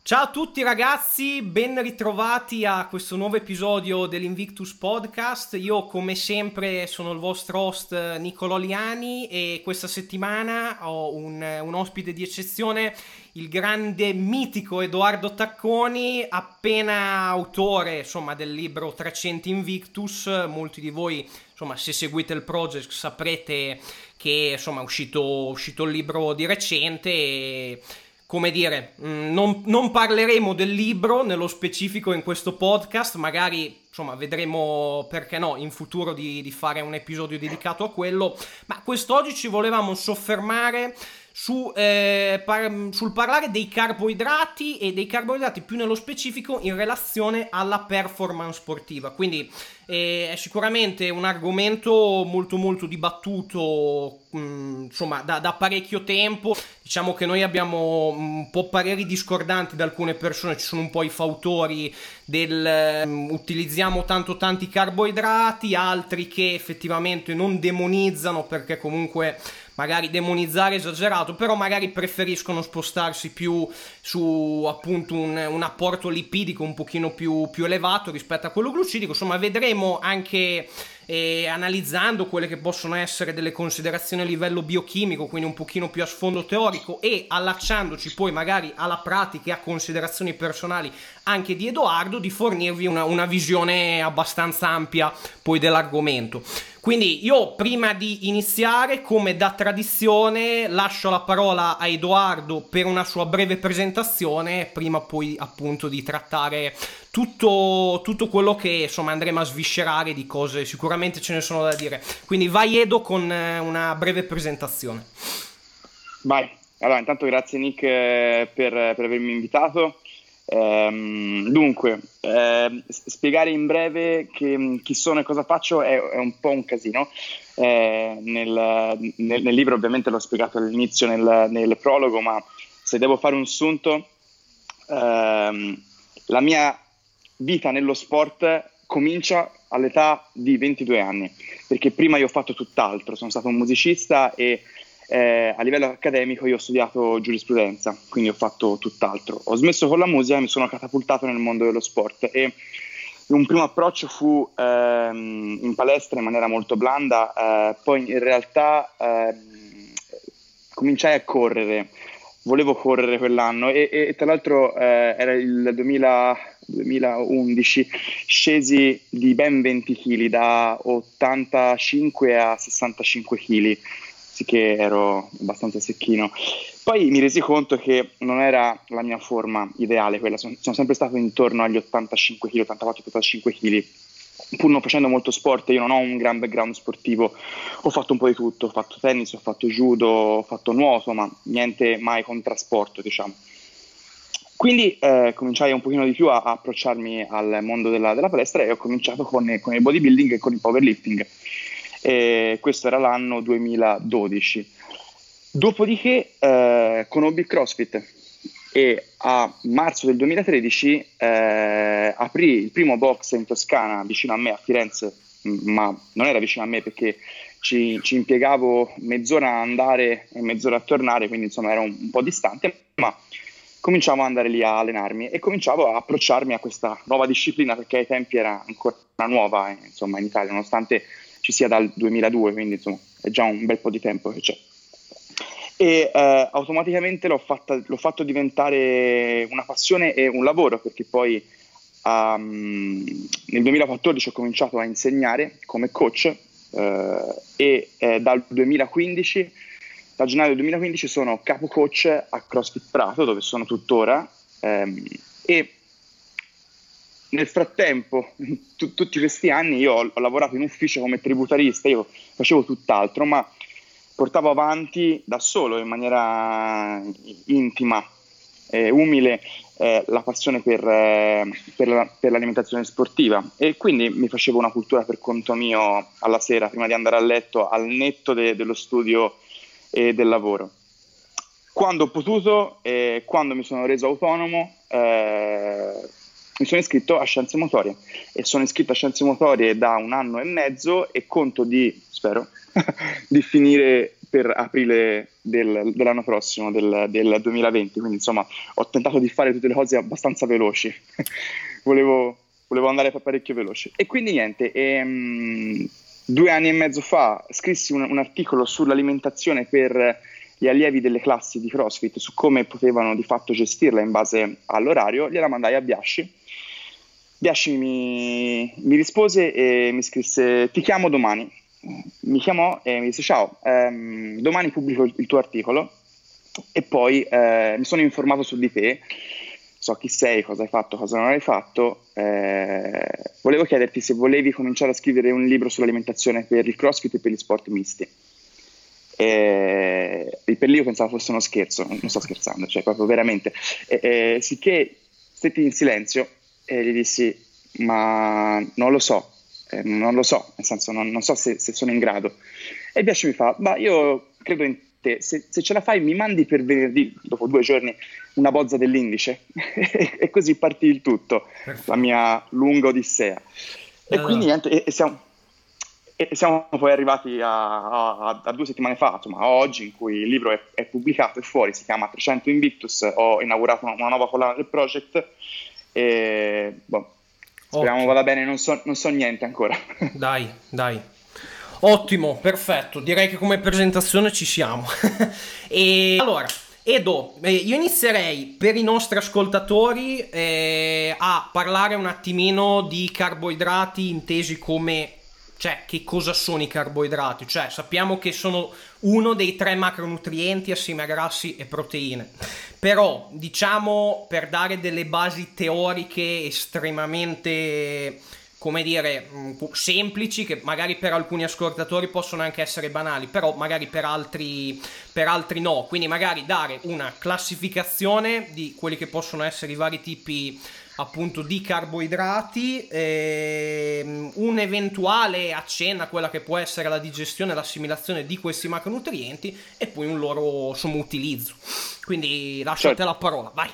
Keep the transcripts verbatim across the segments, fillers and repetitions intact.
Ciao a tutti ragazzi, ben ritrovati a questo nuovo episodio dell'Invictus Podcast. Io come sempre sono il vostro host Nicolò Liani e questa settimana ho un, un ospite di eccezione, il grande mitico Edoardo Tacconi, appena autore insomma del libro trecento Invictus. Molti di voi insomma se seguite il project saprete che insomma è uscito, è uscito il libro di recente e come dire, non, non parleremo del libro nello specifico in questo podcast, magari insomma vedremo, perché no, in futuro di, di fare un episodio dedicato a quello, ma quest'oggi ci volevamo soffermare su, eh, par- sul parlare dei carboidrati e dei carboidrati più nello specifico in relazione alla performance sportiva. Quindi eh, è sicuramente un argomento molto molto dibattuto mh, insomma da, da parecchio tempo. Diciamo che noi abbiamo un po' pareri discordanti da alcune persone, ci sono un po' i fautori del um, utilizziamo tanto tanti carboidrati, altri che effettivamente non demonizzano, perché comunque magari demonizzare è esagerato, però magari preferiscono spostarsi più su appunto un, un apporto lipidico un pochino più, più elevato rispetto a quello glucidico. Insomma vedremo anche eh, analizzando quelle che possono essere delle considerazioni a livello biochimico, quindi un pochino più a sfondo teorico, e allacciandoci poi magari alla pratica e a considerazioni personali anche di Edoardo, di fornirvi una, una visione abbastanza ampia poi dell'argomento. Quindi io prima di iniziare, come da tradizione, lascio la parola a Edoardo per una sua breve presentazione, prima poi appunto di trattare tutto, tutto quello che insomma andremo a sviscerare di cose, sicuramente ce ne sono da dire. Quindi vai Edo con una breve presentazione. Vai, allora intanto grazie Nick per, per avermi invitato. Ehm, dunque, eh, spiegare in breve che, chi sono e cosa faccio è, è un po' un casino. Eh, nel, nel, nel libro ovviamente l'ho spiegato all'inizio nel, nel prologo, ma se devo fare un sunto, ehm, la mia vita nello sport comincia all'età di ventidue anni, perché prima io ho fatto tutt'altro, sono stato un musicista e Eh, a livello accademico io ho studiato giurisprudenza, quindi ho fatto tutt'altro. Ho smesso con la musica e mi sono catapultato nel mondo dello sport, e un primo approccio fu ehm, in palestra in maniera molto blanda, eh, poi in realtà ehm, cominciai a correre, volevo correre quell'anno e, e tra l'altro eh, era il duemila, duemilaundici, scesi di ben venti chili, da ottantacinque a sessantacinque chili, che ero abbastanza secchino. Poi mi resi conto che non era la mia forma ideale quella, sono, sono sempre stato intorno agli ottantacinque chili, ottantaquattro ottantacinque chili, pur non facendo molto sport. Io non ho un gran background sportivo, ho fatto un po' di tutto, ho fatto tennis, ho fatto judo, ho fatto nuoto, ma niente mai con trasporto, diciamo. Quindi eh, cominciai un pochino di più a, a approcciarmi al mondo della, della palestra, e ho cominciato con, con il bodybuilding e con il powerlifting. E questo era l'anno duemiladodici. Dopodiché eh, conobbi il CrossFit e a marzo del duemilatredici eh, aprì il primo box in Toscana vicino a me, a Firenze, ma non era vicino a me perché ci, ci impiegavo mezz'ora a andare e mezz'ora a tornare, quindi insomma era un, un po' distante, ma cominciavo ad andare lì a allenarmi e cominciavo a approcciarmi a questa nuova disciplina, perché ai tempi era ancora nuova eh, insomma in Italia, nonostante ci sia dal duemiladue, quindi insomma è già un bel po' di tempo che c'è. E eh, automaticamente l'ho, fatta, l'ho fatto diventare una passione e un lavoro, perché poi um, nel duemilaquattordici ho cominciato a insegnare come coach eh, e eh, dal duemilaquindici, da gennaio duemilaquindici sono capo coach a CrossFit Prato, dove sono tuttora, ehm, e nel frattempo, t- tutti questi anni, io ho, ho lavorato in ufficio come tributarista, io facevo tutt'altro, ma portavo avanti da solo, in maniera intima e umile, eh, la passione per, eh, per, la, per l'alimentazione sportiva, e quindi mi facevo una cultura per conto mio alla sera, prima di andare a letto, al netto de- dello studio e del lavoro. Quando ho potuto e quando mi sono reso autonomo, eh, mi sono iscritto a Scienze Motorie, e sono iscritto a Scienze Motorie da un anno e mezzo, e conto di, spero, di finire per aprile del, dell'anno prossimo, del, del duemilaventi, quindi insomma ho tentato di fare tutte le cose abbastanza veloci, volevo, volevo andare parecchio veloce. E quindi niente, ehm, due anni e mezzo fa scrissi un, un articolo sull'alimentazione per gli allievi delle classi di CrossFit, su come potevano di fatto gestirla in base all'orario, gliela mandai a Biasci. Biasci mi, mi rispose e mi scrisse: ti chiamo domani. Mi chiamò e mi disse: ciao, ehm, domani pubblico il, il tuo articolo e poi eh, mi sono informato su di te, so chi sei, cosa hai fatto, cosa non hai fatto, eh, volevo chiederti se volevi cominciare a scrivere un libro sull'alimentazione per il CrossFit e per gli sport misti. E, e per lì io pensavo fosse uno scherzo, non sto scherzando, cioè proprio veramente. E, e, sicché stetti in silenzio e gli dissi: ma non lo so, eh, non lo so, nel senso non, non so se, se sono in grado. E Biasci mi fa: ma io credo in te, se, se ce la fai mi mandi per venerdì, dopo due giorni, una bozza dell'indice. E così partì il tutto, perfetto, la mia lunga odissea. E allora, quindi niente, e, e siamo... E siamo poi arrivati a, a, a due settimane fa, insomma, a oggi, in cui il libro è, è pubblicato, è fuori, si chiama trecento Invictus. Ho inaugurato una, una nuova collana del project e boh, speriamo vada bene, non so, non so niente ancora. Dai, dai. Ottimo, perfetto, direi che come presentazione ci siamo. E allora, Edo, eh, io inizierei per i nostri ascoltatori eh, a parlare un attimino di carboidrati intesi come... Cioè, che cosa sono i carboidrati? Cioè, sappiamo che sono uno dei tre macronutrienti assieme a grassi e proteine. Però, diciamo, per dare delle basi teoriche estremamente, come dire, semplici, che magari per alcuni ascoltatori possono anche essere banali, però magari per altri, per altri no. Quindi magari dare una classificazione di quelli che possono essere i vari tipi appunto di carboidrati, ehm, un eventuale accenno a quella che può essere la digestione e l'assimilazione di questi macronutrienti e poi un loro sommo utilizzo. Quindi lascio certo. a te la parola, vai.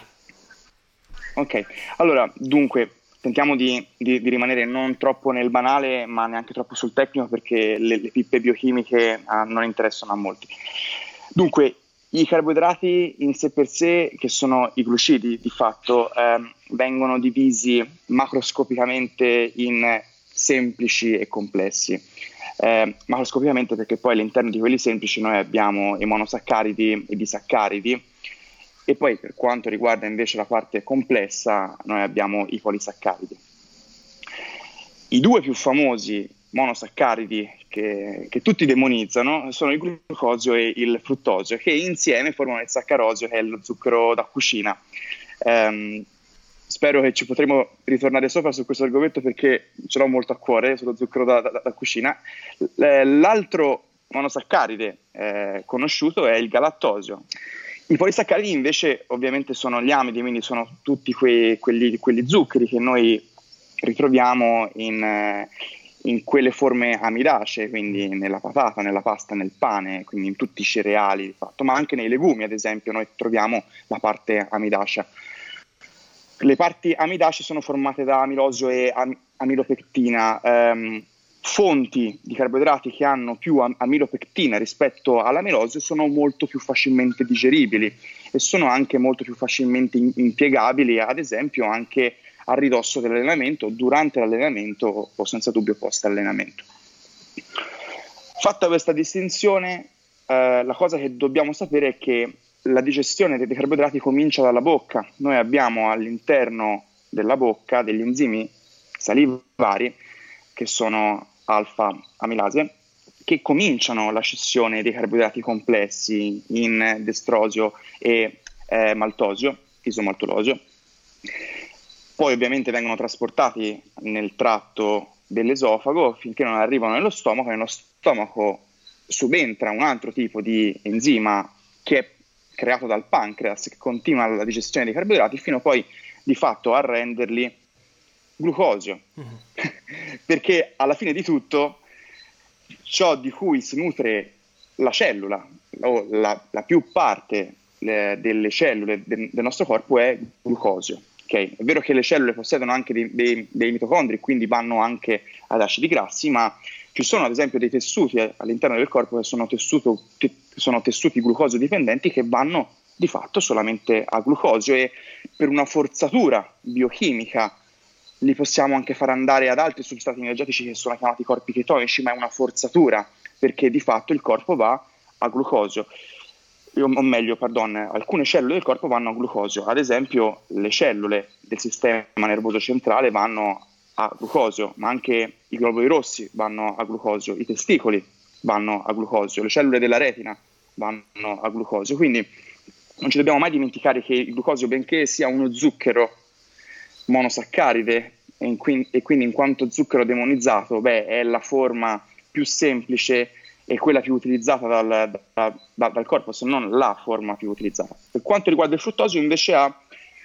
Ok, allora dunque tentiamo di, di, di rimanere non troppo nel banale ma neanche troppo sul tecnico, perché le, le pippe biochimiche ah, non interessano a molti. Dunque, i carboidrati in sé per sé, che sono i glucidi di fatto, ehm, vengono divisi macroscopicamente in semplici e complessi. Eh, macroscopicamente perché poi all'interno di quelli semplici noi abbiamo i monosaccaridi e i disaccaridi, e poi per quanto riguarda invece la parte complessa noi abbiamo i polisaccaridi. I due più famosi monosaccaridi che, che tutti demonizzano sono il glucosio e il fruttosio, che insieme formano il saccarosio, che è lo zucchero da cucina. Um, spero che ci potremo ritornare sopra su questo argomento perché ce l'ho molto a cuore, sullo zucchero da, da, da cucina. L'altro monosaccaride eh, conosciuto è il galattosio. I polisaccaridi invece ovviamente sono gli amidi, quindi sono tutti quei, quelli, quelli zuccheri che noi ritroviamo in... Eh, in quelle forme amidacee, quindi nella patata, nella pasta, nel pane, quindi in tutti i cereali di fatto, ma anche nei legumi ad esempio noi troviamo la parte amidacea. Le parti amidacee sono formate da amilosio e am- amilopectina, ehm, fonti di carboidrati che hanno più am- amilopectina rispetto all'amilosio sono molto più facilmente digeribili e sono anche molto più facilmente in- impiegabili, ad esempio anche a ridosso dell'allenamento, durante l'allenamento o senza dubbio post allenamento. Fatta questa distinzione, eh, la cosa che dobbiamo sapere è che la digestione dei carboidrati comincia dalla bocca. Noi abbiamo all'interno della bocca degli enzimi salivari che sono alfa-amilase, che cominciano la scissione dei carboidrati complessi in destrosio e eh, maltosio, isomaltolosio. Poi ovviamente vengono trasportati nel tratto dell'esofago finché non arrivano nello stomaco. Nello stomaco subentra un altro tipo di enzima che è creato dal pancreas, che continua la digestione dei carboidrati fino poi di fatto a renderli glucosio. Mm-hmm. Perché alla fine di tutto ciò di cui si nutre la cellula o la, la più parte le, delle cellule de, del nostro corpo è glucosio. Okay. È vero che le cellule possiedono anche dei, dei, dei mitocondri, quindi vanno anche ad acidi grassi, ma Ci sono ad esempio dei tessuti all'interno del corpo che sono, tessuto, te, sono tessuti glucosio dipendenti che vanno di fatto solamente a glucosio, e per una forzatura biochimica li possiamo anche far andare ad altri substrati energetici che sono chiamati corpi chetonici, ma è una forzatura perché di fatto il corpo va a glucosio. O meglio, pardon, alcune cellule del corpo vanno a glucosio, ad esempio le cellule del sistema nervoso centrale vanno a glucosio, ma anche i globuli rossi vanno a glucosio, i testicoli vanno a glucosio, le cellule della retina vanno a glucosio. Quindi non ci dobbiamo mai dimenticare che il glucosio, benché sia uno zucchero monosaccaride e, in quindi, e quindi in quanto zucchero demonizzato, beh, è la forma più semplice e quella più utilizzata dal, da, da, dal corpo, se non la forma più utilizzata. Per quanto riguarda il fruttosio invece ha,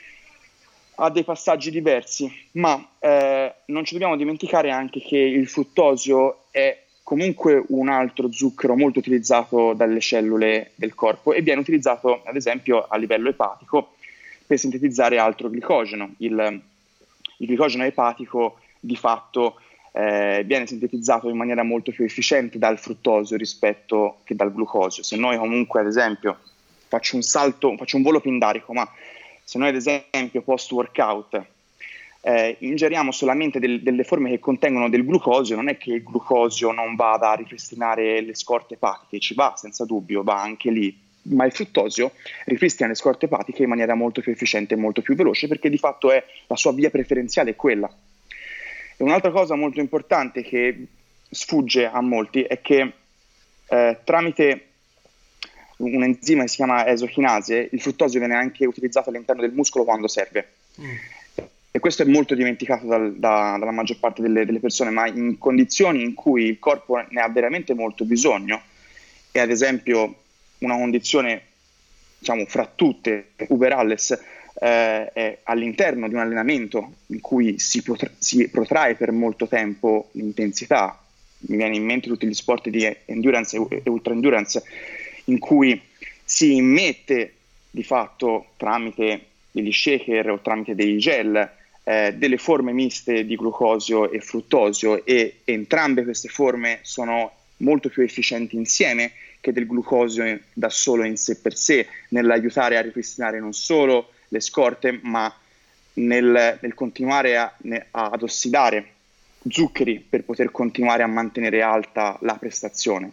ha dei passaggi diversi, ma eh, non ci dobbiamo dimenticare anche che il fruttosio è comunque un altro zucchero molto utilizzato dalle cellule del corpo e viene utilizzato ad esempio a livello epatico per sintetizzare altro glicogeno. Il, il glicogeno epatico di fatto Eh, viene sintetizzato in maniera molto più efficiente dal fruttosio rispetto che dal glucosio. Se noi comunque, ad esempio, faccio un salto, faccio un volo pindarico, ma se noi ad esempio post workout eh, ingeriamo solamente del, delle forme che contengono del glucosio, non è che il glucosio non vada a ripristinare le scorte epatiche, ci va senza dubbio, va anche lì, ma il fruttosio ripristina le scorte epatiche in maniera molto più efficiente e molto più veloce, perché di fatto è la sua via preferenziale, è quella. E un'altra cosa molto importante che sfugge a molti è che eh, tramite un enzima che si chiama esochinase il fruttosio viene anche utilizzato all'interno del muscolo quando serve. Mm. E questo è molto dimenticato dal, da, dalla maggior parte delle, delle persone, ma in condizioni in cui il corpo ne ha veramente molto bisogno, e ad esempio una condizione, diciamo, fra tutte, uber alles, Eh, è all'interno di un allenamento in cui si, potra- si protrae per molto tempo l'intensità. Mi viene in mente tutti gli sport di endurance e, e ultra endurance, in cui si immette di fatto tramite degli shaker o tramite dei gel eh, delle forme miste di glucosio e fruttosio, e entrambe queste forme sono molto più efficienti insieme che del glucosio da solo in sé per sé, nell'aiutare a ripristinare non solo le scorte, ma nel, nel continuare a, ne, a, ad ossidare zuccheri per poter continuare a mantenere alta la prestazione.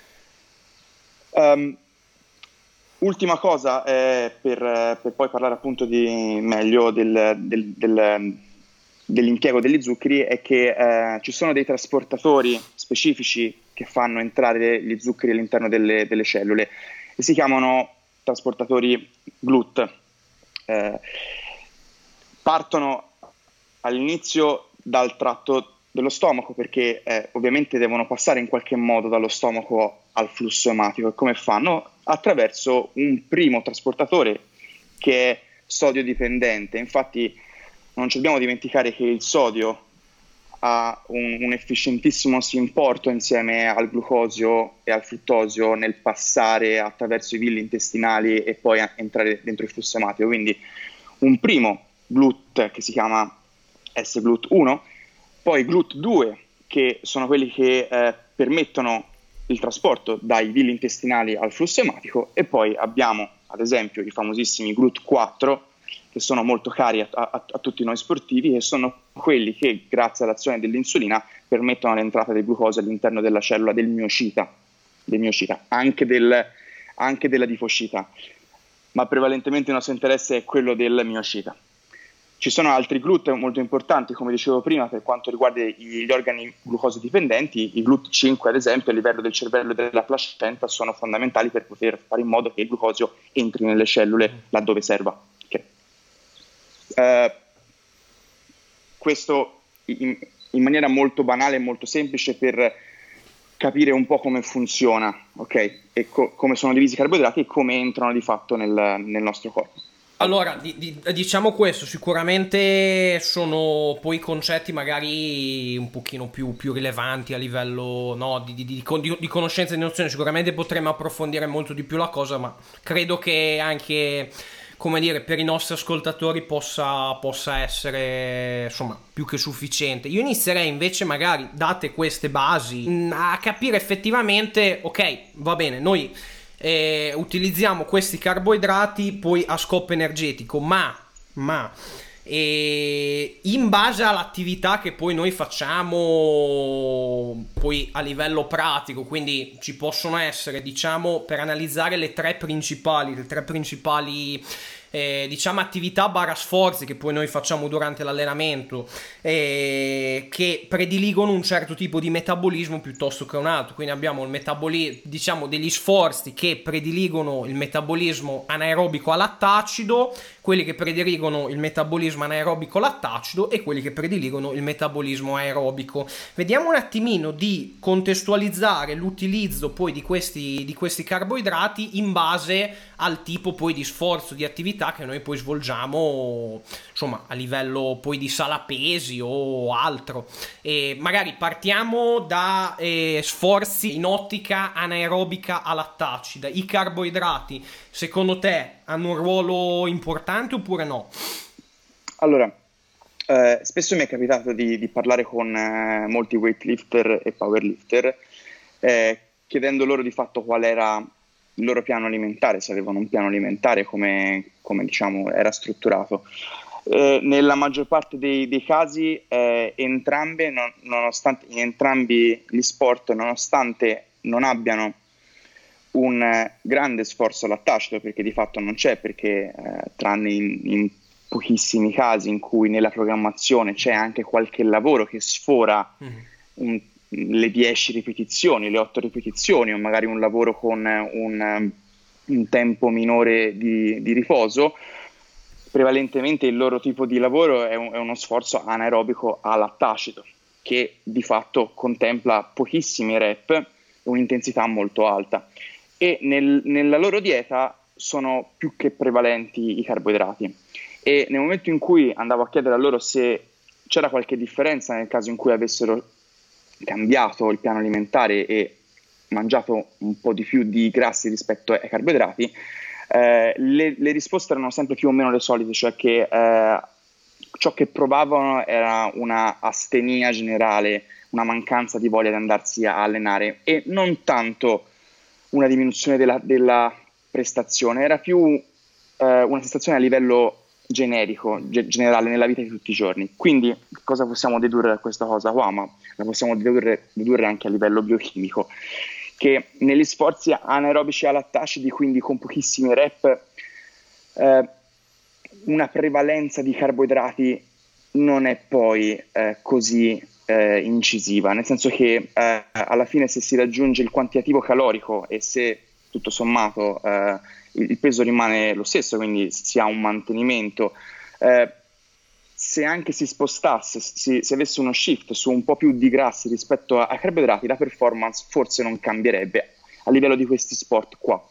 Um, ultima cosa, eh, per, per poi parlare appunto di meglio del, del, del, dell'impiego degli zuccheri, è che eh, ci sono dei trasportatori specifici che fanno entrare gli zuccheri all'interno delle, delle cellule e si chiamano trasportatori G L U T. Eh, partono all'inizio dal tratto dello stomaco, perché eh, ovviamente devono passare in qualche modo dallo stomaco al flusso ematico. E come fanno? Attraverso un primo trasportatore che è sodio dipendente. Infatti non ci dobbiamo dimenticare che il sodio ha un, un efficientissimo importo insieme al glucosio e al fruttosio nel passare attraverso i villi intestinali e poi entrare dentro il flusso ematico. Quindi un primo G L U T che si chiama S G L U T uno, poi G L U T due che sono quelli che eh, permettono il trasporto dai villi intestinali al flusso ematico, e poi abbiamo ad esempio i famosissimi G L U T quattro che sono molto cari a, a, a tutti noi sportivi, che sono quelli che grazie all'azione dell'insulina permettono l'entrata del glucosio all'interno della cellula del miocita, del miocita anche, del, anche della difoscita, ma prevalentemente il nostro interesse è quello del miocita. Ci sono altri G L U T molto importanti, come dicevo prima, per quanto riguarda gli organi glucosio-dipendenti. I G L U T cinque, ad esempio, a livello del cervello e della placenta, sono fondamentali per poter fare in modo che il glucosio entri nelle cellule laddove serva. Okay. Uh, questo in, in maniera molto banale e molto semplice per capire un po' come funziona, ok? E co- come sono divisi i carboidrati e come entrano di fatto nel, nel nostro corpo. Allora, di, di, diciamo questo, sicuramente sono poi concetti magari un pochino più, più rilevanti a livello, no, di, di, di, di conoscenza e di nozione. Sicuramente potremmo approfondire molto di più la cosa, ma credo che anche come dire, per i nostri ascoltatori possa, possa essere insomma più che sufficiente. Io inizierei invece, magari date queste basi, a capire effettivamente, ok, va bene, noi eh, utilizziamo questi carboidrati poi a scopo energetico, ma ma e in base all'attività che poi noi facciamo poi a livello pratico, quindi ci possono essere, diciamo, per analizzare le tre principali le tre principali eh, diciamo attività barra sforzi che poi noi facciamo durante l'allenamento, eh, che prediligono un certo tipo di metabolismo piuttosto che un altro. Quindi abbiamo il metabolismo, diciamo, degli sforzi che prediligono il metabolismo anaerobico a lattacido, quelli che prediligono il metabolismo anaerobico lattacido e quelli che prediligono il metabolismo aerobico. Vediamo un attimino di contestualizzare l'utilizzo poi di questi, di questi carboidrati in base al tipo poi di sforzo, di attività che noi poi svolgiamo, insomma, a livello poi di sala pesi o altro. E magari partiamo da eh, sforzi in ottica anaerobica a lattacida. I carboidrati, secondo te, hanno un ruolo importante oppure no? Allora, eh, spesso mi è capitato di, di parlare con eh, molti weightlifter e powerlifter, eh, chiedendo loro di fatto qual era il loro piano alimentare, se avevano un piano alimentare, come, come diciamo era strutturato. Eh, nella maggior parte dei, dei casi, eh, entrambe, non, nonostante in entrambi gli sport, nonostante non abbiano un eh, grande sforzo lattacido, perché di fatto non c'è, perché eh, tranne in, in pochissimi casi in cui nella programmazione c'è anche qualche lavoro che sfora mm. un, le dieci ripetizioni, le otto ripetizioni, o magari un lavoro con un, un tempo minore di, di riposo, prevalentemente il loro tipo di lavoro è, un, è uno sforzo anaerobico a lattacido, che di fatto contempla pochissimi rep e un'intensità molto alta. E nel, nella loro dieta sono più che prevalenti i carboidrati. E nel momento in cui andavo a chiedere a loro se c'era qualche differenza nel caso in cui avessero cambiato il piano alimentare e mangiato un po' di più di grassi rispetto ai carboidrati, eh, le, le risposte erano sempre più o meno le solite, cioè che eh, ciò che provavano era una astenia generale, una mancanza di voglia di andarsi a allenare e non tanto una diminuzione della, della prestazione, era più eh, una sensazione a livello generico, ge- generale nella vita di tutti i giorni. Quindi cosa possiamo dedurre da questa cosa qua? Ma la possiamo dedurre, dedurre anche a livello biochimico, che negli sforzi anaerobici a lattacidi, quindi con pochissimi rep, eh, una prevalenza di carboidrati non è poi eh, così eh, incisiva, nel senso che eh, alla fine se si raggiunge il quantitativo calorico e se tutto sommato eh, il, il peso rimane lo stesso, quindi si ha un mantenimento, eh, se anche si spostasse, si, si avesse uno shift su un po' più di grassi rispetto ai carboidrati, la performance forse non cambierebbe a livello di questi sport qua.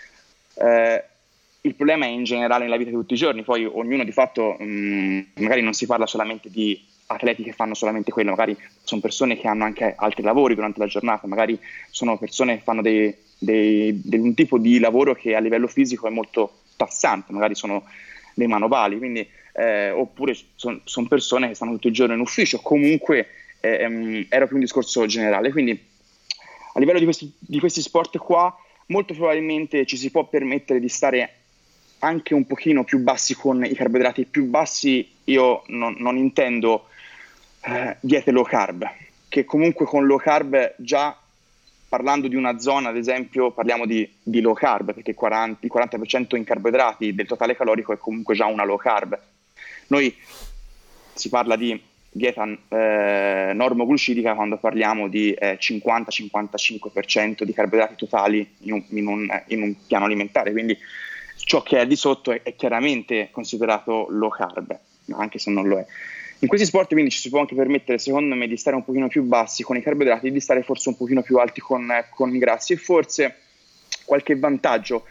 Eh, il problema è in generale nella vita di tutti i giorni, poi ognuno di fatto mh, magari non si parla solamente di atleti che fanno solamente quello, magari sono persone che hanno anche altri lavori durante la giornata, magari sono persone che fanno dei, dei, dei, un tipo di lavoro che a livello fisico è molto tassante, magari sono dei manovali, quindi, eh, oppure sono son persone che stanno tutto il giorno in ufficio, comunque ehm, era più un discorso generale. Quindi a livello di questi, di questi sport qua molto probabilmente ci si può permettere di stare anche un pochino più bassi con i carboidrati. Più bassi io non, non intendo eh, diete low carb, che comunque con low carb, già parlando di una zona, ad esempio, parliamo di, di low carb, perché quaranta, il quaranta per cento in carboidrati del totale calorico è comunque già una low carb. Noi si parla di dieta eh, normoglucidica quando parliamo di eh, cinquanta cinquantacinque per cento di carboidrati totali in un, in un, in un piano alimentare, quindi ciò che è di sotto è, è chiaramente considerato low carb, anche se non lo è. In questi sport quindi ci si può anche permettere, secondo me, di stare un pochino più bassi con i carboidrati e di stare forse un pochino più alti con, con i grassi, e forse qualche vantaggio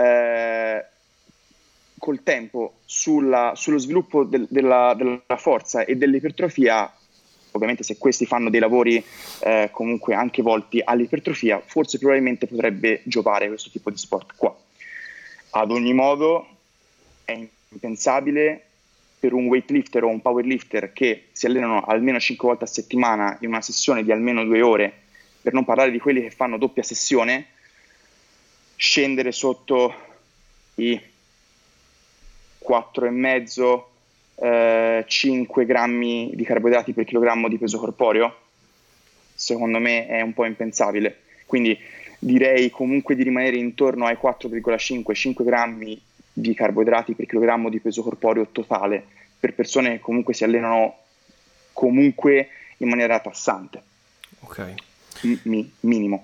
eh, col tempo sulla, sullo sviluppo del, della, della forza e dell'ipertrofia. Ovviamente se questi fanno dei lavori eh, comunque anche volti all'ipertrofia, forse probabilmente potrebbe giovare questo tipo di sport qua. Ad ogni modo è impensabile per un weightlifter o un powerlifter che si allenano almeno cinque volte a settimana in una sessione di almeno due ore, per non parlare di quelli che fanno doppia sessione, scendere sotto i quattro e mezzo, eh, cinque grammi di carboidrati per chilogrammo di peso corporeo. Secondo me è un po' impensabile, quindi direi comunque di rimanere intorno ai quattro virgola cinque cinque grammi di carboidrati per chilogrammo di peso corporeo totale per persone che comunque si allenano comunque in maniera tassante. Ok. Mi, minimo.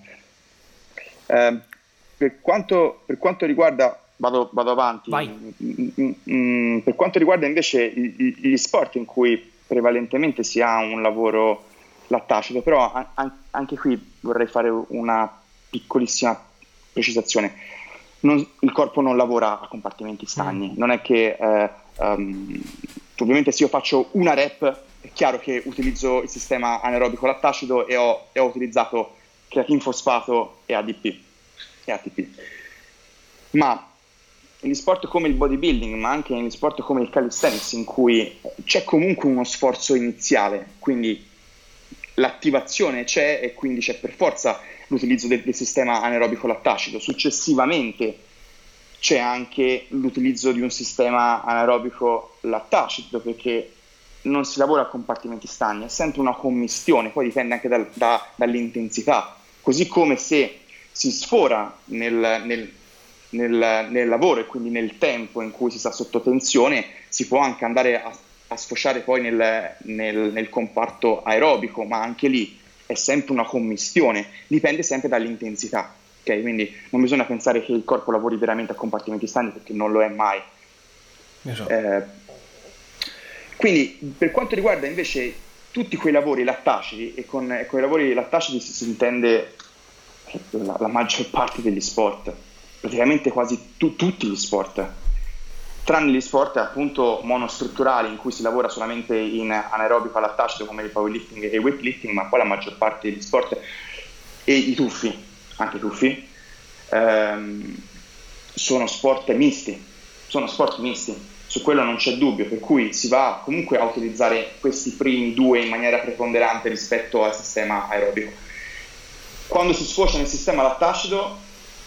Eh, per, quanto, per quanto riguarda, vado, vado avanti, mm, mm, per quanto riguarda invece gli, gli sport in cui prevalentemente si ha un lavoro lattacido, però a, a, anche qui vorrei fare una piccolissima precisazione. Non, il corpo non lavora a compartimenti stagni, mm. non è che eh, um, ovviamente se io faccio una rep è chiaro che utilizzo il sistema anaerobico lattacido e ho, e ho utilizzato creatin fosfato e A D P e A T P, ma negli sport come il bodybuilding, ma anche negli sport come il calisthenics, in cui c'è comunque uno sforzo iniziale, quindi l'attivazione c'è e quindi c'è per forza l'utilizzo del, del sistema anaerobico lattacido. Successivamente c'è anche l'utilizzo di un sistema anaerobico lattacido, perché non si lavora a compartimenti stagni, è sempre una commistione, poi dipende anche dal, da, dall'intensità, così come se si sfora nel, nel, nel, nel lavoro e quindi nel tempo in cui si sta sotto tensione, si può anche andare a, a sfociare poi nel, nel, nel comparto aerobico, ma anche lì è sempre una commistione, dipende sempre dall'intensità, ok? Quindi non bisogna pensare che il corpo lavori veramente a compartimenti stagni, perché non lo è mai. Esatto. Eh, quindi per quanto riguarda invece tutti quei lavori lattacidi, e con, e con i lavori lattacidi si, si intende la, la maggior parte degli sport, praticamente quasi tu, tutti gli sport, tranne gli sport appunto monostrutturali in cui si lavora solamente in anaerobico lattacido come il powerlifting e il weightlifting, ma poi la maggior parte degli sport e i tuffi, anche i tuffi, ehm, sono sport misti, sono sport misti, su quello non c'è dubbio, per cui si va comunque a utilizzare questi primi due in maniera preponderante rispetto al sistema aerobico. Quando si sfocia nel sistema lattacido,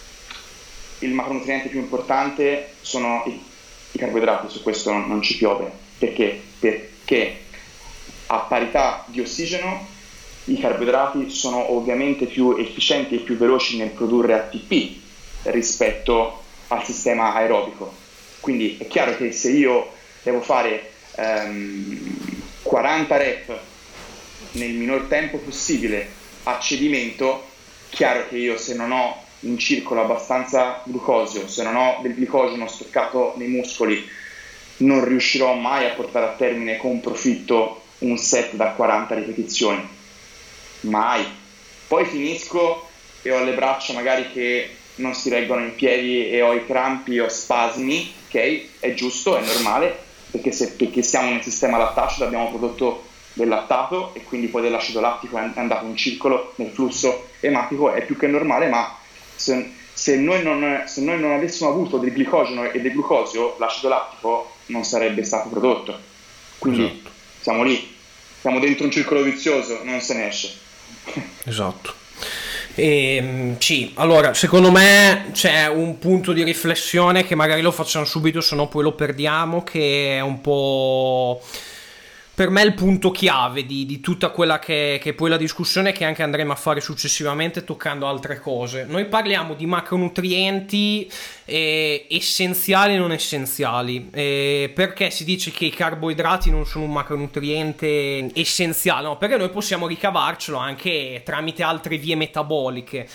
il macronutriente più importante sono i I carboidrati, su questo non, non ci piove. Perché? Perché a parità di ossigeno i carboidrati sono ovviamente più efficienti e più veloci nel produrre A T P rispetto al sistema aerobico. Quindi è chiaro che se io devo fare um, quaranta rep nel minor tempo possibile a cedimento, chiaro che io se non ho in circolo abbastanza glucosio, se non ho del glicogeno stoccato nei muscoli, non riuscirò mai a portare a termine con profitto un set da quaranta ripetizioni, mai. Poi finisco e ho le braccia magari che non si reggono in piedi e ho i crampi o spasmi, ok? È giusto, è normale, perché, se, perché siamo nel sistema lattacido, abbiamo prodotto del lattato e quindi poi dell'acido lattico è andato in circolo nel flusso ematico, è più che normale, ma Se, se, noi non, se noi non avessimo avuto del glicogeno e del glucosio, l'acido lattico non sarebbe stato prodotto. Quindi esatto. Siamo lì, siamo dentro un circolo vizioso, non se ne esce. Esatto. E, sì, allora secondo me c'è un punto di riflessione che magari lo facciamo subito, se no poi lo perdiamo, che è un po' per me il punto chiave di, di tutta quella che, che è poi la discussione, che anche andremo a fare successivamente toccando altre cose. Noi parliamo di macronutrienti eh, essenziali e non essenziali, eh, perché si dice che i carboidrati non sono un macronutriente essenziale, no? Perché noi possiamo ricavarcelo anche tramite altre vie metaboliche.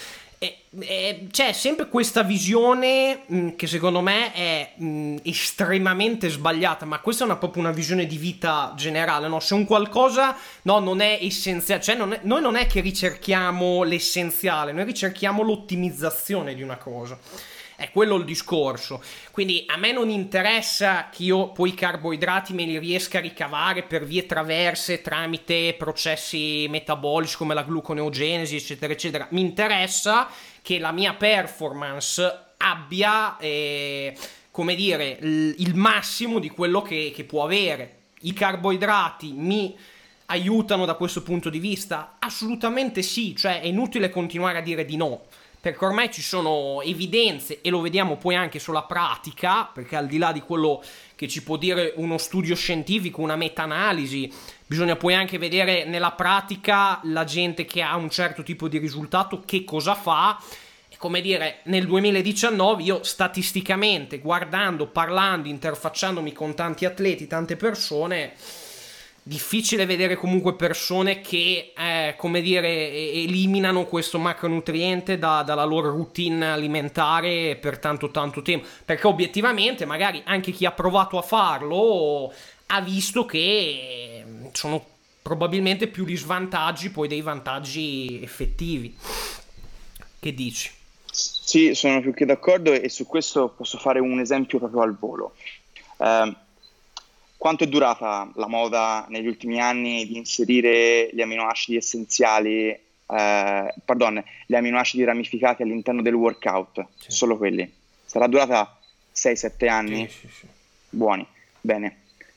C'è sempre questa visione mh, che secondo me è mh, estremamente sbagliata, ma questa è una, proprio una visione di vita generale, no? Se un qualcosa no, non è essenziale, cioè non è, noi non è che ricerchiamo l'essenziale, noi ricerchiamo l'ottimizzazione di una cosa. È quello il discorso. Quindi a me non interessa che io poi i carboidrati me li riesca a ricavare per vie traverse tramite processi metabolici come la gluconeogenesi eccetera eccetera. Mi interessa che la mia performance abbia eh, come dire, il, il massimo di quello che, che può avere. I carboidrati mi aiutano da questo punto di vista? Assolutamente sì, cioè è inutile continuare a dire di no, perché ormai ci sono evidenze e lo vediamo poi anche sulla pratica, perché al di là di quello che ci può dire uno studio scientifico, una meta-analisi, bisogna poi anche vedere nella pratica la gente che ha un certo tipo di risultato che cosa fa. E come dire, nel duemiladiciannove io statisticamente, guardando, parlando, interfacciandomi con tanti atleti, tante persone, difficile vedere comunque persone che, eh, come dire, eliminano questo macronutriente da, dalla loro routine alimentare per tanto tanto tempo, perché obiettivamente magari anche chi ha provato a farlo ha visto che sono probabilmente più gli svantaggi poi dei vantaggi effettivi. Che dici? Sì, sono più che d'accordo, e su questo posso fare un esempio proprio al volo. Eh, Quanto è durata la moda negli ultimi anni di inserire gli aminoacidi essenziali, eh, pardon, gli aminoacidi ramificati all'interno del workout? Sì. Solo quelli. Sarà durata sei sette anni? Sì, sì, sì. Buoni. Bene.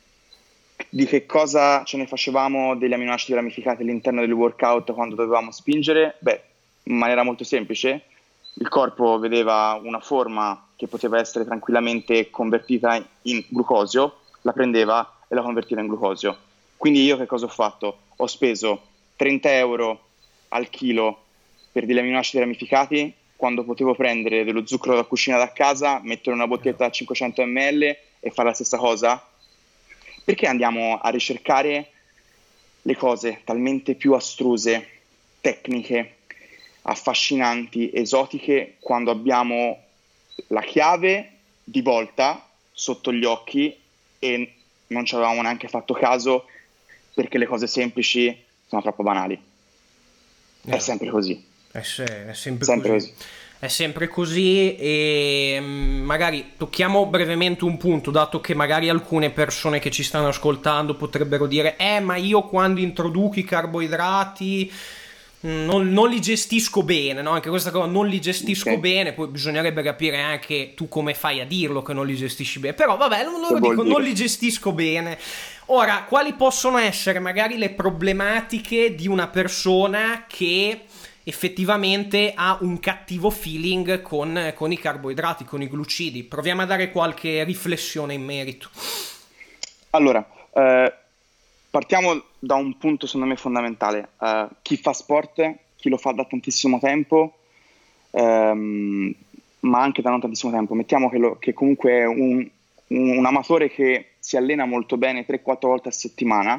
Di che cosa ce ne facevamo degli aminoacidi ramificati all'interno del workout quando dovevamo spingere? Beh, in maniera molto semplice. Il corpo vedeva una forma che poteva essere tranquillamente convertita in glucosio, la prendeva e la convertiva in glucosio. Quindi io che cosa ho fatto? Ho speso trenta euro al chilo per degli aminoacidi ramificati quando potevo prendere dello zucchero da cucina da casa, mettere una bottiglietta da cinquecento millilitri e fare la stessa cosa? Perché andiamo a ricercare le cose talmente più astruse, tecniche, affascinanti, esotiche, quando abbiamo la chiave di volta sotto gli occhi e non ci avevamo neanche fatto caso perché le cose semplici sono troppo banali? Eh. È sempre così. È, se- è sempre, sempre così. così. È sempre così, e magari tocchiamo brevemente un punto, dato che magari alcune persone che ci stanno ascoltando potrebbero dire eh ma io quando introduco i carboidrati non, non li gestisco bene, no? Anche questa cosa, non li gestisco okay. bene, poi bisognerebbe capire anche tu come fai a dirlo che non li gestisci bene, però vabbè, loro dico non li gestisco bene. Ora, quali possono essere magari le problematiche di una persona che effettivamente ha un cattivo feeling con, con i carboidrati, con i glucidi? Proviamo a dare qualche riflessione in merito. Allora, eh, partiamo da un punto secondo me fondamentale. Uh, chi fa sport, chi lo fa da tantissimo tempo, um, ma anche da non tantissimo tempo, mettiamo che, lo, che comunque è un, un, un amatore che si allena molto bene tre quattro volte a settimana,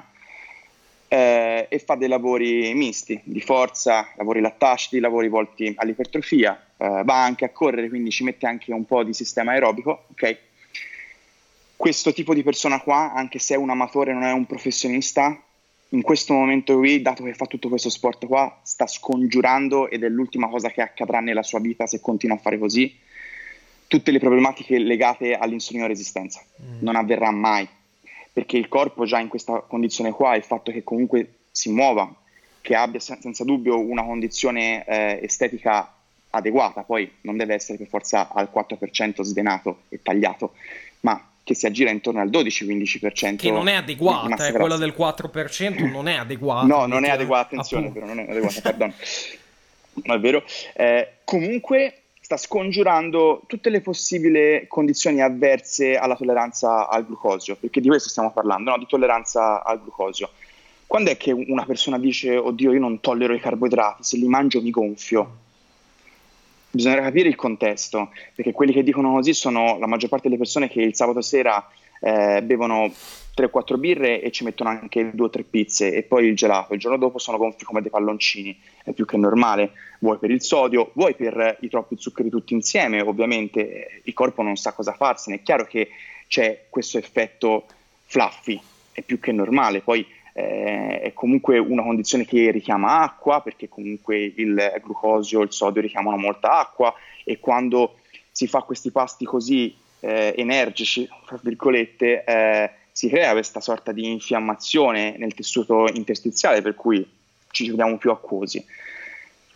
Eh, e fa dei lavori misti, di forza, lavori lattacidi, lavori volti all'ipertrofia, eh, va anche a correre, quindi ci mette anche un po' di sistema aerobico, ok? Questo tipo di persona qua, anche se è un amatore, non è un professionista, in questo momento qui, dato che fa tutto questo sport qua, sta scongiurando, ed è l'ultima cosa che accadrà nella sua vita se continua a fare così, tutte le problematiche legate all'insulino resistenza. Mm. Non avverrà mai, perché il corpo già in questa condizione qua, il fatto che comunque si muova, che abbia senza dubbio una condizione eh, estetica adeguata, poi non deve essere per forza al quattro per cento sdenato e tagliato, ma che si aggira intorno al dodici quindici per cento. Che non è adeguata, eh, quella del quattro per cento non è adeguata. No, non è adeguata, attenzione, però non è adeguata, perdono. No, è vero. Eh, comunque sta scongiurando tutte le possibili condizioni avverse alla tolleranza al glucosio, perché di questo stiamo parlando, no? Di tolleranza al glucosio. Quando è che una persona dice oddio io non tollero i carboidrati, se li mangio mi gonfio? Bisogna capire il contesto, perché quelli che dicono così sono la maggior parte delle persone che il sabato sera eh, bevono tre quattro birre e ci mettono anche due o tre pizze e poi il gelato, il giorno dopo sono gonfi come dei palloncini. È più che normale, vuoi per il sodio, vuoi per i troppi zuccheri tutti insieme. Ovviamente il corpo non sa cosa farsene, è chiaro che c'è questo effetto fluffy, è più che normale. Poi eh, è comunque una condizione che richiama acqua, perché comunque il glucosio, il sodio richiamano molta acqua, e quando si fa questi pasti così eh, energici, tra virgolette, eh, si crea questa sorta di infiammazione nel tessuto interstiziale, per cui ci vediamo più acquosi.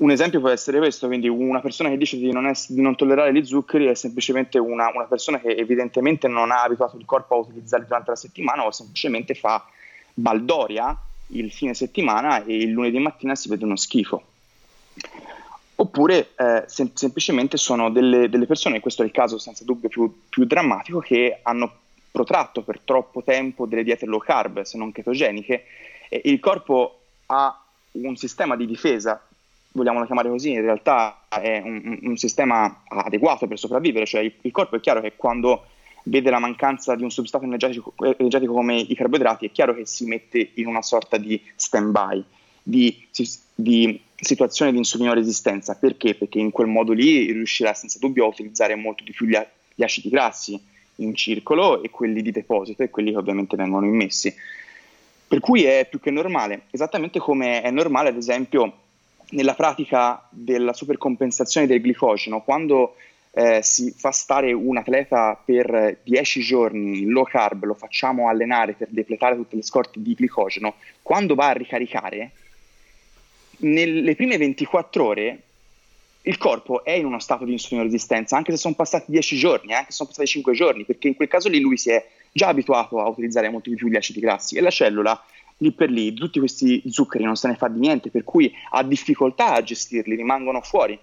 un esempio può essere questo, quindi una persona che dice di non, ess- di non tollerare gli zuccheri è semplicemente una, una persona che evidentemente non ha abituato il corpo a utilizzarli durante la settimana, o semplicemente fa baldoria il fine settimana e il lunedì mattina si vede uno schifo. Oppure eh, sem- semplicemente sono delle, delle persone, e questo è il caso senza dubbio più, più drammatico, che hanno protratto per troppo tempo delle diete low carb, se non chetogeniche, e il corpo ha un sistema di difesa, vogliamolo chiamare così, in realtà è un, un sistema adeguato per sopravvivere, cioè il, il corpo è chiaro che quando vede la mancanza di un substrato energetico, energetico come i carboidrati, è chiaro che si mette in una sorta di stand-by, di, di situazione di insulinoresistenza. Perché? Perché in quel modo lì riuscirà senza dubbio a utilizzare molto di più gli, gli acidi grassi in circolo e quelli di deposito, e quelli che ovviamente vengono immessi. Per cui è più che normale, esattamente come è normale ad esempio nella pratica della supercompensazione del glicogeno, quando eh, si fa stare un atleta per dieci giorni in low carb, lo facciamo allenare per depletare tutte le scorte di glicogeno, quando va a ricaricare, nelle prime ventiquattro ore il corpo è in uno stato di insulinoresistenza, anche se sono passati dieci giorni, anche se sono passati cinque giorni, perché in quel caso lì lui si è già abituato a utilizzare molto di più gli acidi grassi, e la cellula lì per lì tutti questi zuccheri non se ne fa di niente, per cui ha difficoltà a gestirli, rimangono fuori.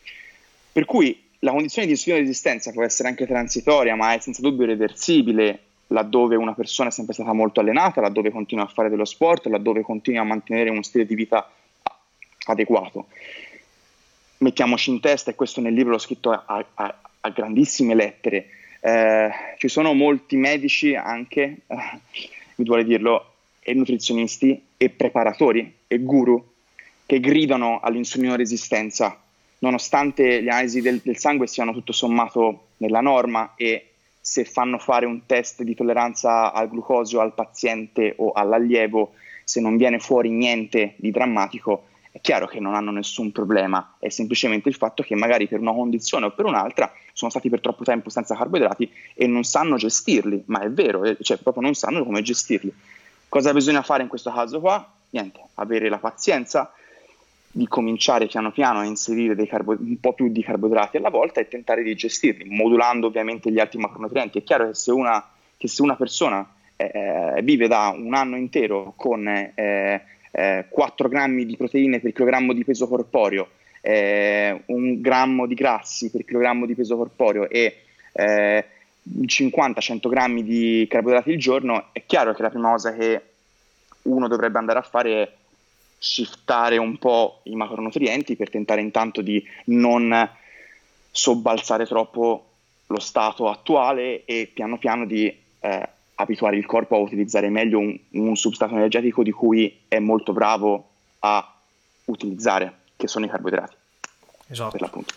Per cui la condizione di insulinoresistenza può essere anche transitoria, ma è senza dubbio reversibile laddove una persona è sempre stata molto allenata, laddove continua a fare dello sport, laddove continua a mantenere uno stile di vita adeguato. Mettiamoci in testa, e questo nel libro l'ho scritto a, a, a grandissime lettere, eh, ci sono molti medici anche, eh, mi duole dirlo, e nutrizionisti e preparatori e guru che gridano all'insulinoresistenza, nonostante le analisi del, del sangue siano tutto sommato nella norma, e se fanno fare un test di tolleranza al glucosio al paziente o all'allievo, se non viene fuori niente di drammatico, è chiaro che non hanno nessun problema. È semplicemente il fatto che magari per una condizione o per un'altra sono stati per troppo tempo senza carboidrati e non sanno gestirli, ma è vero, cioè proprio non sanno come gestirli. Cosa bisogna fare in questo caso qua? Niente, avere la pazienza di cominciare piano piano a inserire dei carbo- un po' più di carboidrati alla volta e tentare di gestirli, modulando ovviamente gli altri macronutrienti. È chiaro che se una, che se una persona eh, vive da un anno intero con eh, eh, quattro grammi di proteine per chilogrammo di peso corporeo, eh, un grammo di grassi per chilogrammo di peso corporeo e eh, cinquanta cento grammi di carboidrati al giorno, è chiaro che la prima cosa che uno dovrebbe andare a fare è shiftare un po' i macronutrienti per tentare intanto di non sobbalzare troppo lo stato attuale e piano piano di eh, abituare il corpo a utilizzare meglio un, un substrato energetico di cui è molto bravo a utilizzare, che sono i carboidrati. Esatto. Per l'appunto.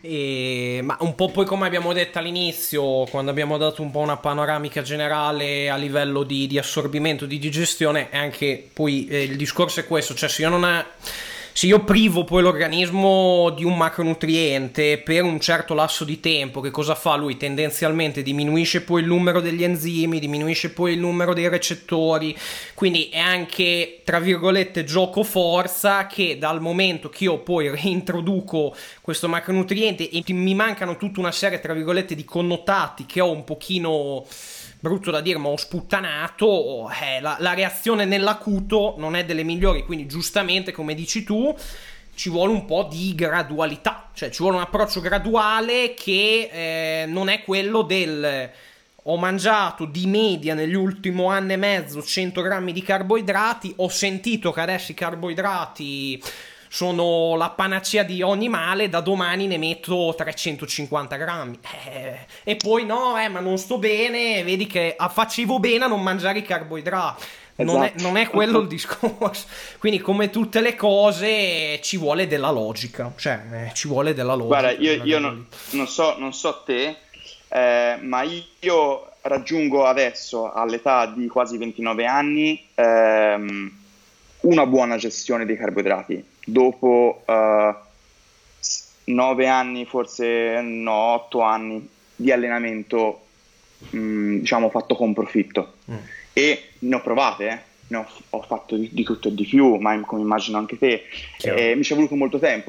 E, ma un po' poi come abbiamo detto all'inizio, quando abbiamo dato un po' una panoramica generale a livello di, di assorbimento, di digestione, e anche poi eh, il discorso è questo, cioè se io non ha, se io privo poi l'organismo di un macronutriente per un certo lasso di tempo, che cosa fa lui? Tendenzialmente diminuisce poi il numero degli enzimi, diminuisce poi il numero dei recettori, quindi è anche tra virgolette gioco forza, che dal momento che io poi reintroduco questo macronutriente e mi mancano tutta una serie tra virgolette di connotati che ho un pochino, brutto da dire, ma ho sputtanato, eh, la, la reazione nell'acuto non è delle migliori, quindi giustamente come dici tu ci vuole un po' di gradualità, cioè ci vuole un approccio graduale che eh, non è quello del ho mangiato di media negli ultimi anno e mezzo cento grammi di carboidrati, ho sentito che adesso i carboidrati sono la panacea di ogni male, da domani ne metto trecentocinquanta grammi. Eh, e poi no, eh, ma non sto bene, vedi che facevo bene a non mangiare i carboidrati. Non, esatto. è, non è quello il discorso. Quindi come tutte le cose ci vuole della logica, cioè eh, ci vuole della logica. Guarda, io, io non, non, so, non so te, eh, ma io raggiungo adesso all'età di quasi ventinove anni ehm, una buona gestione dei carboidrati. Dopo uh, nove anni, forse no, otto anni di allenamento, mh, diciamo fatto con profitto. Mm. E ne ho provate, eh. ne ho, ho fatto di, di tutto e di più, ma come immagino anche te, eh, mi ci è voluto molto tempo.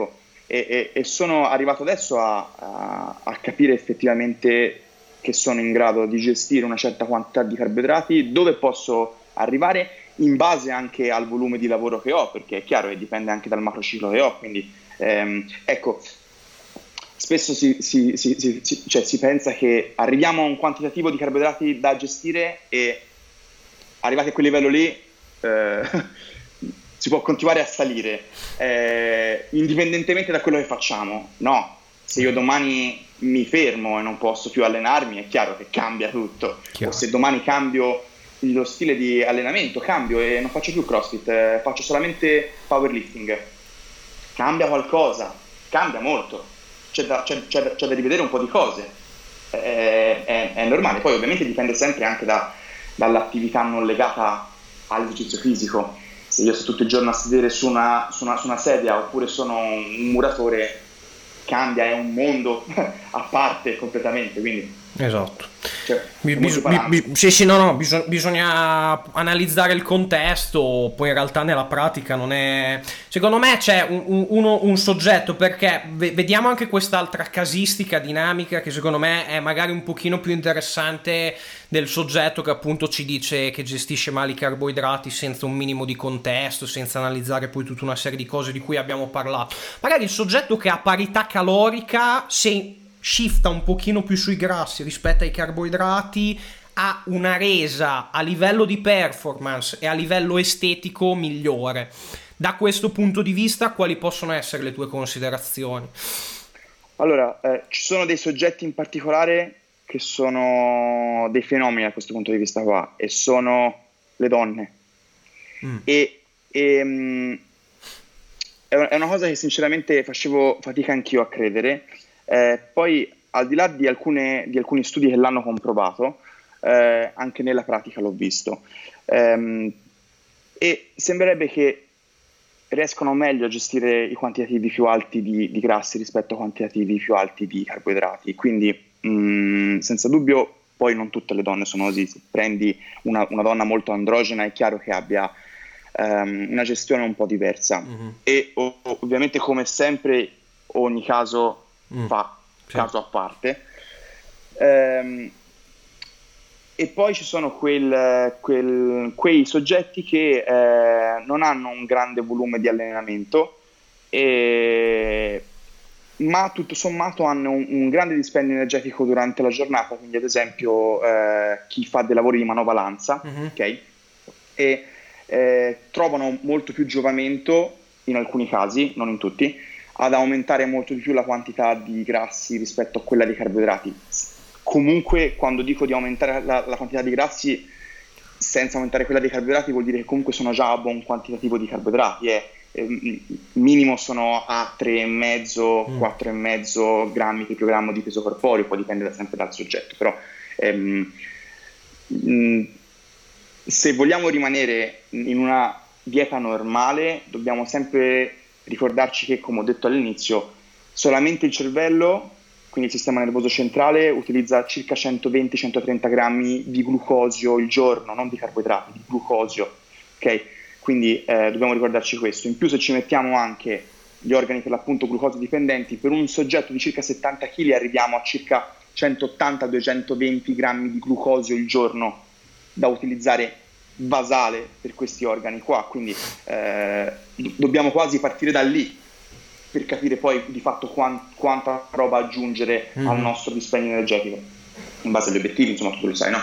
e, e, e sono arrivato adesso a, a, a capire effettivamente che sono in grado di gestire una certa quantità di carboidrati, dove posso arrivare in base anche al volume di lavoro che ho, perché è chiaro che dipende anche dal macrociclo che ho, quindi ehm, ecco, spesso si, si, si, si, si, cioè, si pensa che arriviamo a un quantitativo di carboidrati da gestire e arrivati a quel livello lì eh, si può continuare a salire eh, indipendentemente da quello che facciamo. No, se io domani mi fermo e non posso più allenarmi, è chiaro che cambia tutto. Chiaro. O se domani cambio lo stile di allenamento, cambio e non faccio più CrossFit, eh, faccio solamente powerlifting, cambia qualcosa, cambia molto, c'è da, c'è, c'è, c'è da rivedere un po' di cose, è, è, è normale. Poi ovviamente dipende sempre anche da, dall'attività non legata all'esercizio fisico. Se io sto tutto il giorno a sedere su una, su una, su una sedia oppure sono un muratore, cambia, è un mondo a parte completamente, quindi esatto. Cioè, bi- bis- bi- bi- sì, sì, no, no, bisog- bisogna analizzare il contesto, poi in realtà nella pratica non è... Secondo me c'è un, un, uno, un soggetto, perché v- vediamo anche quest'altra casistica dinamica che secondo me è magari un pochino più interessante del soggetto che appunto ci dice che gestisce male i carboidrati senza un minimo di contesto, senza analizzare poi tutta una serie di cose di cui abbiamo parlato. Magari il soggetto che a parità calorica, se shifta un pochino più sui grassi rispetto ai carboidrati, ha una resa a livello di performance e a livello estetico migliore. Da questo punto di vista, quali possono essere le tue considerazioni? Allora, eh, ci sono dei soggetti in particolare che sono dei fenomeni da questo punto di vista qua, e sono le donne. Mm. E, e mh, è una cosa che sinceramente facevo fatica anch'io a credere. Eh, poi, al di là di, alcune, di alcuni studi che l'hanno comprovato, eh, anche nella pratica l'ho visto, ehm, e sembrerebbe che riescono meglio a gestire i quantitativi più alti di, di grassi rispetto ai quantitativi più alti di carboidrati. Quindi mh, senza dubbio, poi non tutte le donne sono così. Se prendi una, una donna molto androgena, è chiaro che abbia um, una gestione un po' diversa. Mm-hmm. E o, ovviamente, come sempre, ogni caso Mm. fa sì. caso a parte. Ehm, e poi ci sono quel, quel, quei soggetti che eh, non hanno un grande volume di allenamento, e, ma tutto sommato hanno un, un grande dispendio energetico durante la giornata. Quindi, ad esempio, eh, chi fa dei lavori di manovalanza, mm-hmm. ok? E eh, trovano molto più giovamento, in alcuni casi, non in tutti, ad aumentare molto di più la quantità di grassi rispetto a quella di carboidrati. Comunque, quando dico di aumentare la, la quantità di grassi senza aumentare quella dei carboidrati, vuol dire che comunque sono già a buon quantitativo di carboidrati. Eh. Eh, minimo sono a tre virgola cinque quattro virgola cinque grammi per chilogrammo di peso corporeo, poi dipende da, sempre dal soggetto. Però ehm, mh, se vogliamo rimanere in una dieta normale, dobbiamo sempre ricordarci che, come ho detto all'inizio, solamente il cervello, quindi il sistema nervoso centrale, utilizza circa centoventi centotrenta grammi di glucosio il giorno, non di carboidrati, di glucosio, ok? Quindi eh, dobbiamo ricordarci questo. In più, se ci mettiamo anche gli organi per l'appunto glucosio dipendenti, per un soggetto di circa settanta chili arriviamo a circa centottanta duecentoventi grammi di glucosio il giorno da utilizzare basale per questi organi qua. Quindi eh, dobbiamo quasi partire da lì per capire poi di fatto quant- quanta roba aggiungere mm. al nostro dispendio energetico in base agli obiettivi, insomma, tu lo sai, no?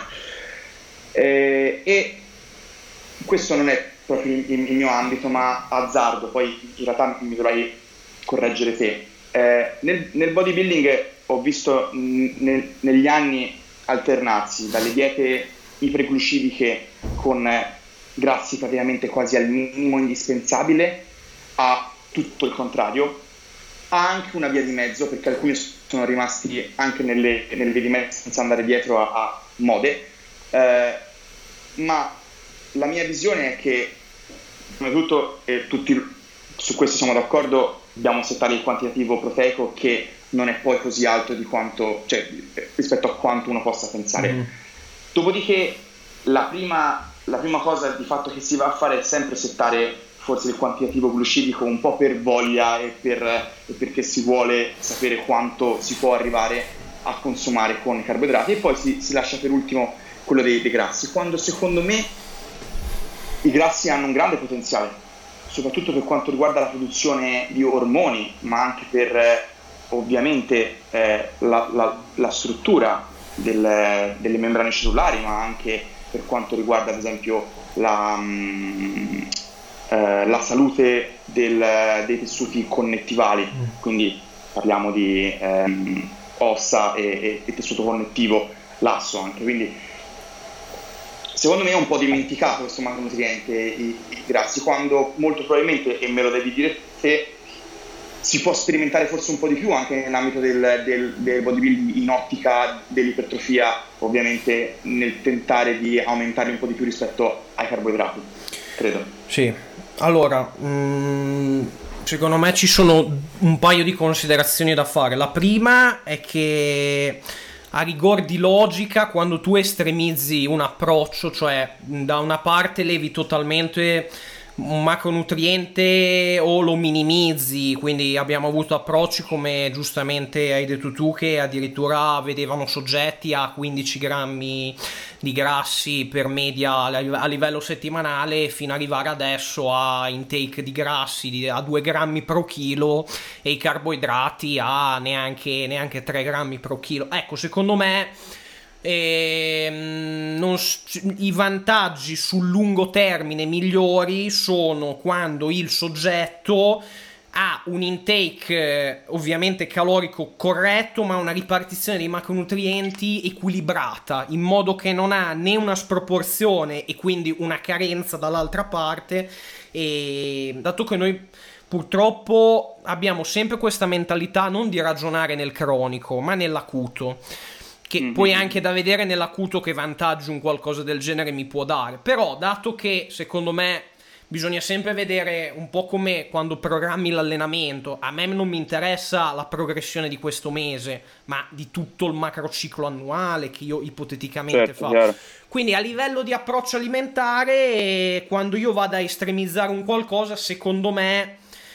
Eh, e questo non è proprio il, il mio ambito, ma azzardo, poi in realtà mi dovrai correggere te. Eh, nel, nel bodybuilding ho visto mh, nel, negli anni alternarsi dalle diete iperglucidiche con grassi praticamente quasi al minimo indispensabile a tutto il contrario, ha anche una via di mezzo, perché alcuni sono rimasti anche nelle, nelle vie di mezzo senza andare dietro a, a mode, eh, ma la mia visione è che, come tutto, e tutti su questo siamo d'accordo, dobbiamo settare il quantitativo proteico, che non è poi così alto di quanto, cioè, rispetto a quanto uno possa pensare. Mm. Dopodiché la prima, la prima cosa di fatto che si va a fare è sempre settare forse il quantitativo glucidico un po' per voglia e, per, e perché si vuole sapere quanto si può arrivare a consumare con i carboidrati, e poi si, si lascia per ultimo quello dei, dei grassi, quando secondo me i grassi hanno un grande potenziale, soprattutto per quanto riguarda la produzione di ormoni, ma anche per eh, ovviamente eh, la, la, la struttura del, delle membrane cellulari, ma anche per quanto riguarda ad esempio la, mh, eh, la salute del, dei tessuti connettivali, quindi parliamo di ehm, ossa e, e, e tessuto connettivo lasso anche, quindi secondo me è un po' dimenticato questo macronutriente, i, i grassi, quando molto probabilmente, e me lo devi dire te, si può sperimentare forse un po' di più anche nell'ambito del, del, del bodybuilding in ottica dell'ipertrofia, ovviamente nel tentare di aumentarli un po' di più rispetto ai carboidrati, credo. Sì, allora, mh, secondo me ci sono un paio di considerazioni da fare. La prima è che a rigor di logica, quando tu estremizzi un approccio, cioè da una parte levi totalmente un macronutriente o lo minimizzi, quindi abbiamo avuto approcci come giustamente hai detto tu che addirittura vedevano soggetti a quindici grammi di grassi per media a livello settimanale, fino ad arrivare adesso a intake di grassi di, a due grammi pro chilo e i carboidrati a neanche, neanche tre grammi pro chilo. Ecco, secondo me E non, i vantaggi sul lungo termine migliori sono quando il soggetto ha un intake ovviamente calorico corretto, ma una ripartizione dei macronutrienti equilibrata, in modo che non ha né una sproporzione e quindi una carenza dall'altra parte. E dato che noi purtroppo abbiamo sempre questa mentalità non di ragionare nel cronico ma nell'acuto, che mm-hmm. poi anche da vedere nell'acuto che vantaggio un qualcosa del genere mi può dare, però dato che secondo me bisogna sempre vedere un po' come quando programmi l'allenamento, a me non mi interessa la progressione di questo mese, ma di tutto il macrociclo annuale che io ipoteticamente certo, faccio. Chiaro. Quindi a livello di approccio alimentare, quando io vado a estremizzare un qualcosa, secondo me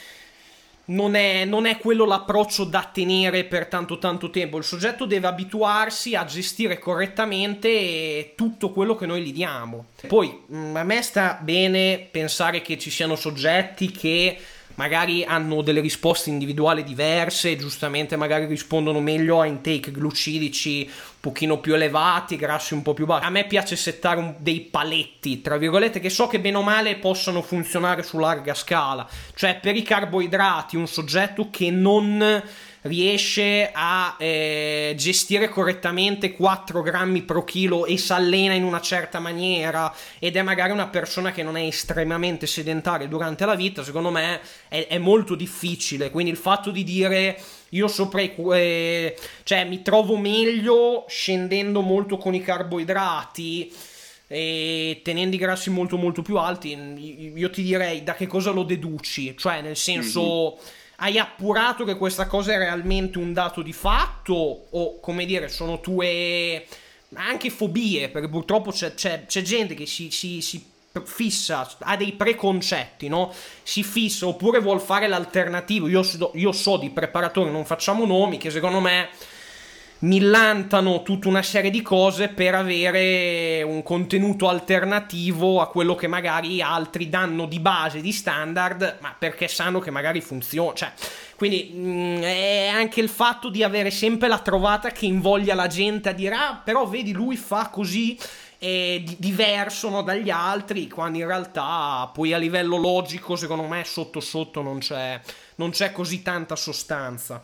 Non è, non è quello l'approccio da tenere per tanto tanto tempo. Il soggetto deve abituarsi a gestire correttamente tutto quello che noi gli diamo. Poi a me sta bene pensare che ci siano soggetti che magari hanno delle risposte individuali diverse, giustamente magari rispondono meglio a intake glucidici un pochino più elevati, grassi un po' più bassi. A me piace settare un, dei paletti, tra virgolette, che so che bene o male possano funzionare su larga scala. Cioè per i carboidrati un soggetto che non riesce a eh, gestire correttamente quattro grammi pro chilo e si allena in una certa maniera ed è magari una persona che non è estremamente sedentaria durante la vita, secondo me è, è molto difficile. Quindi il fatto di dire io sopra i, eh, cioè mi trovo meglio scendendo molto con i carboidrati e tenendo i grassi molto molto più alti, io ti direi da che cosa lo deduci, cioè nel senso mm-hmm. hai appurato che questa cosa è realmente un dato di fatto o, come dire, sono tue anche fobie, perché purtroppo c'è, c'è, c'è gente che si, si, si fissa, ha dei preconcetti, no? Si fissa oppure vuol fare l'alternativo. Io so, io so di preparatori, non facciamo nomi, che secondo me millantano tutta una serie di cose per avere un contenuto alternativo a quello che magari altri danno di base, di standard, ma perché sanno che magari funziona. Cioè, quindi mh, è anche il fatto di avere sempre la trovata che invoglia la gente a dire ah, però vedi lui fa così, è di- diverso, no, dagli altri, quando in realtà poi a livello logico secondo me sotto sotto non c'è, non c'è così tanta sostanza.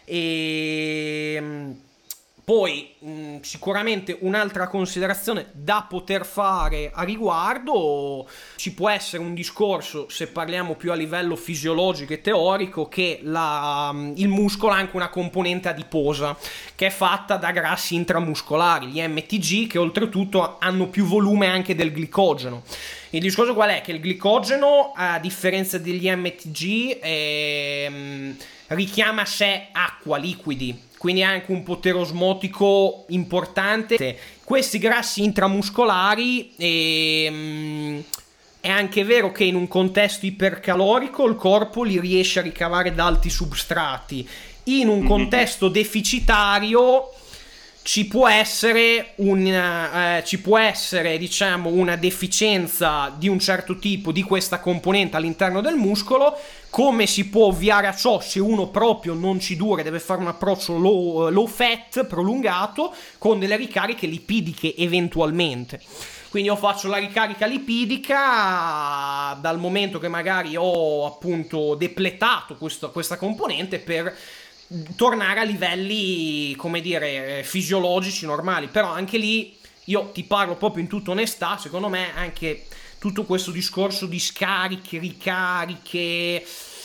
E poi mh, sicuramente un'altra considerazione da poter fare a riguardo ci può essere un discorso, se parliamo più a livello fisiologico e teorico, che la, il muscolo ha anche una componente adiposa che è fatta da grassi intramuscolari, gli M T G, che oltretutto hanno più volume anche del glicogeno. Il discorso qual è? Che il glicogeno, a differenza degli M T G, ehm, richiama a sé acqua, liquidi, quindi ha anche un potere osmotico importante. Questi grassi intramuscolari ehm, è anche vero che in un contesto ipercalorico il corpo li riesce a ricavare da alti substrati. In un contesto deficitario ci può essere un, eh, ci può essere, diciamo, una deficienza di un certo tipo di questa componente all'interno del muscolo. Come si può ovviare a ciò se uno proprio non ci dura e deve fare un approccio low, low fat prolungato con delle ricariche lipidiche eventualmente. Quindi io faccio la ricarica lipidica dal momento che magari ho appunto depletato questo, questa componente, per tornare a livelli, come dire, fisiologici normali. Però anche lì io ti parlo proprio in tutta onestà, secondo me anche tutto questo discorso di scariche, ricariche,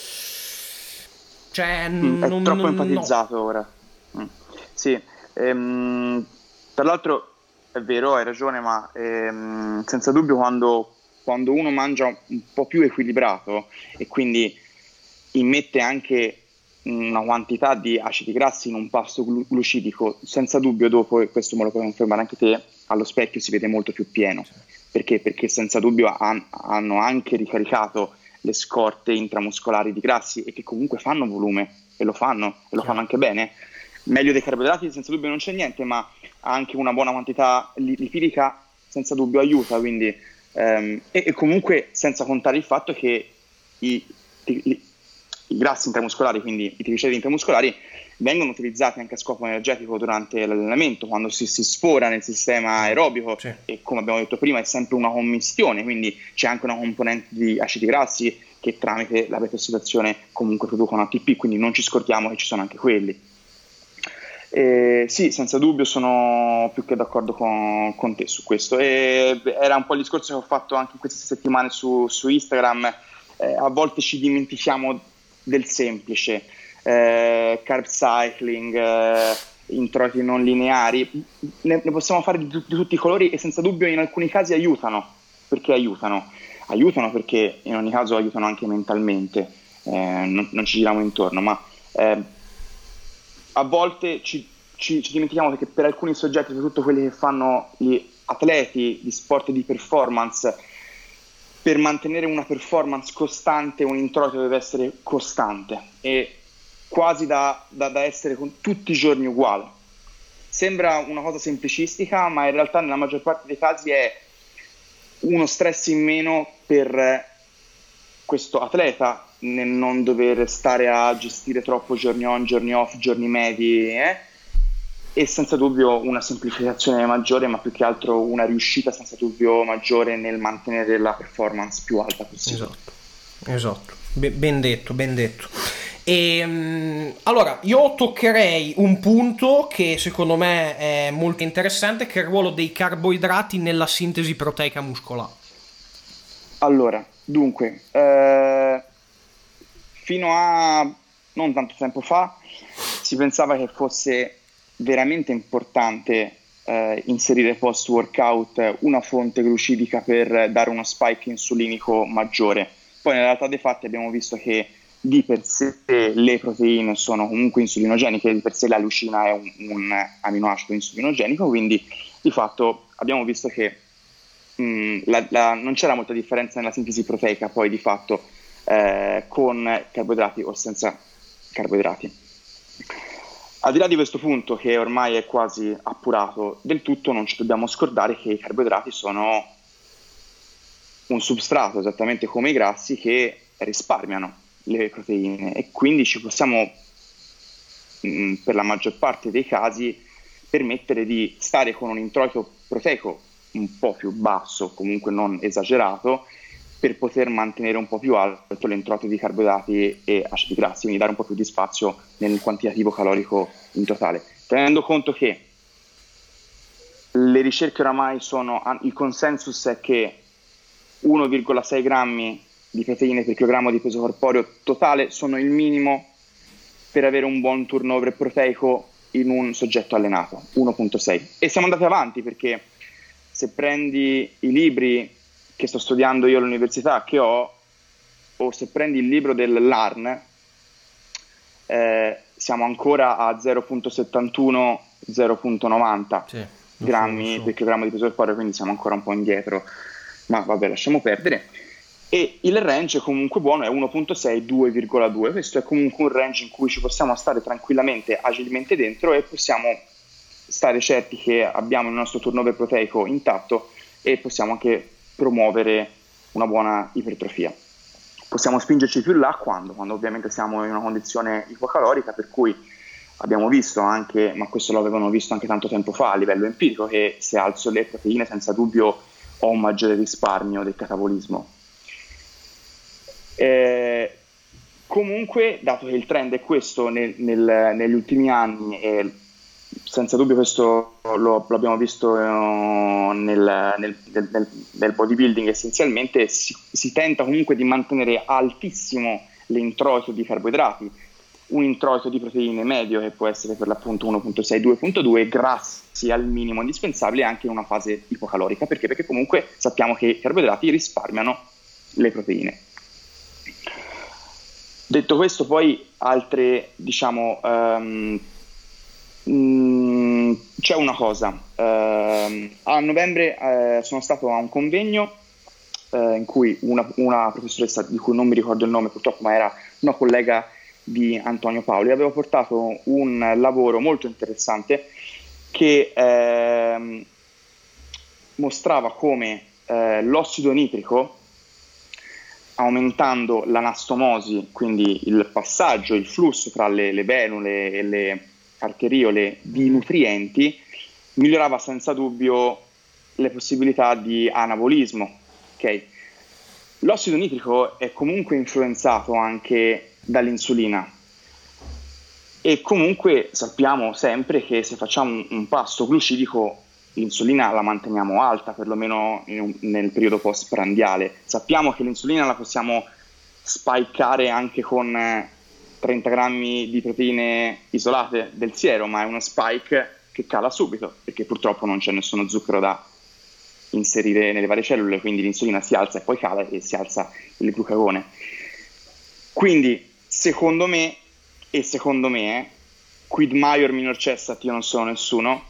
cioè mm, non, è troppo non, enfatizzato no. ora. Mm. Sì, ehm, tra l'altro è vero, hai ragione, ma ehm, senza dubbio quando, quando uno mangia un po' più equilibrato e quindi immette anche una quantità di acidi grassi in un pasto glu- glucidico, senza dubbio dopo, e questo me lo puoi confermare anche te, allo specchio si vede molto più pieno. Perché? Perché senza dubbio han, hanno anche ricaricato le scorte intramuscolari di grassi, e che comunque fanno volume, e lo fanno, e lo fanno anche bene. Meglio dei carboidrati senza dubbio non c'è niente, ma anche una buona quantità li- lipidica senza dubbio aiuta, quindi, ehm, e, e comunque senza contare il fatto che i, i, i grassi intramuscolari, quindi i trigliceridi intramuscolari, vengono utilizzati anche a scopo energetico durante l'allenamento, quando si, si sfora nel sistema aerobico, Sì. E come abbiamo detto prima è sempre una commistione, quindi c'è anche una componente di acidi grassi che tramite la beta-ossidazione comunque producono A T P, quindi non ci scordiamo che ci sono anche quelli. E sì, senza dubbio sono più che d'accordo con, con te su questo, e era un po' il discorso che ho fatto anche in queste settimane su, su Instagram. Eh, a volte ci dimentichiamo del semplice, eh, carb cycling, eh, introiti non lineari, ne, ne possiamo fare di, di tutti i colori, e senza dubbio in alcuni casi aiutano, perché aiutano, aiutano perché in ogni caso aiutano anche mentalmente, eh, non, non ci giriamo intorno, ma eh, a volte ci, ci, ci dimentichiamo perché per alcuni soggetti, soprattutto quelli che fanno gli atleti di sport di performance, per mantenere una performance costante un introito deve essere costante e quasi da, da, da essere con tutti i giorni uguale. Sembra una cosa semplicistica, ma in realtà nella maggior parte dei casi è uno stress in meno per questo atleta nel non dover stare a gestire troppo giorni on, giorni off, giorni medi, eh? E senza dubbio una semplificazione maggiore, ma più che altro una riuscita senza dubbio maggiore nel mantenere la performance più alta possibile. Esatto, esatto, Be- ben detto, ben detto. E, um, allora, io toccherei un punto che secondo me è molto interessante, che è il ruolo dei carboidrati nella sintesi proteica muscolare. Allora, dunque, eh, fino a non tanto tempo fa si pensava che fosse veramente importante eh, inserire post workout una fonte glucidica per dare uno spike insulinico maggiore. Poi nella realtà dei fatti abbiamo visto che di per sé le proteine sono comunque insulinogeniche, di per sé la leucina è un, un aminoacido insulinogenico, quindi di fatto abbiamo visto che mh, la, la, non c'era molta differenza nella sintesi proteica poi di fatto eh, con carboidrati o senza carboidrati. Al di là di questo punto, che ormai è quasi appurato del tutto, non ci dobbiamo scordare che i carboidrati sono un substrato, esattamente come i grassi, che risparmiano le proteine, e quindi ci possiamo, mh, per la maggior parte dei casi, permettere di stare con un introito proteico un po' più basso, comunque non esagerato, per poter mantenere un po' più alto l'introito di carboidrati e acidi grassi, quindi dare un po' più di spazio nel quantitativo calorico in totale. Tenendo conto che le ricerche oramai sono, il consensus è che uno virgola sei grammi di proteine per chilogrammo di peso corporeo totale sono il minimo per avere un buon turnover proteico in un soggetto allenato, uno virgola sei. E siamo andati avanti, perché se prendi i libri che sto studiando io all'università, che ho, o se prendi il libro dell'A R N, eh, siamo ancora a zero virgola settantuno zero virgola novanta sì, grammi so, so. per chilogrammo di peso corporeo, quindi siamo ancora un po' indietro, ma vabbè, lasciamo perdere. e il range comunque buono è uno virgola sei due virgola due. Questo è comunque un range in cui ci possiamo stare tranquillamente, agilmente dentro, e possiamo stare certi che abbiamo il nostro turnover proteico intatto e possiamo anche promuovere una buona ipertrofia. Possiamo spingerci più là quando? Quando ovviamente siamo in una condizione ipocalorica, per cui abbiamo visto anche, ma questo lo avevano visto anche tanto tempo fa a livello empirico, che se alzo le proteine senza dubbio ho un maggiore risparmio del catabolismo. Eh, comunque, dato che il trend è questo nel, nel, negli ultimi anni, e senza dubbio questo lo, lo abbiamo visto uh, nel, nel, nel, nel bodybuilding, essenzialmente si, si tenta comunque di mantenere altissimo l'introito di carboidrati, un introito di proteine medio che può essere per l'appunto uno virgola sei due virgola due, grassi al minimo indispensabile anche in una fase ipocalorica. Perché? Perché comunque sappiamo che i carboidrati risparmiano le proteine. Detto questo, poi altre, diciamo, um, mh, c'è una cosa. Uh, a novembre uh, sono stato a un convegno uh, in cui una, una professoressa, di cui non mi ricordo il nome purtroppo, ma era una collega di Antonio Paoli, aveva portato un lavoro molto interessante che eh, mostrava come eh, l'ossido nitrico, aumentando l'anastomosi, quindi il passaggio, il flusso tra le, le venule e le arteriole di nutrienti, migliorava senza dubbio le possibilità di anabolismo. Okay? L'ossido nitrico è comunque influenzato anche dall'insulina, e comunque sappiamo sempre che se facciamo un pasto glucidico l'insulina la manteniamo alta, perlomeno in, nel periodo postprandiale. Sappiamo che l'insulina la possiamo spikare anche con trenta grammi di proteine isolate del siero, ma è uno spike che cala subito, perché purtroppo non c'è nessuno zucchero da inserire nelle varie cellule, quindi l'insulina si alza e poi cala e si alza il glucagone. Quindi secondo me, e secondo me, eh, quid maior minor cessat, io non sono nessuno,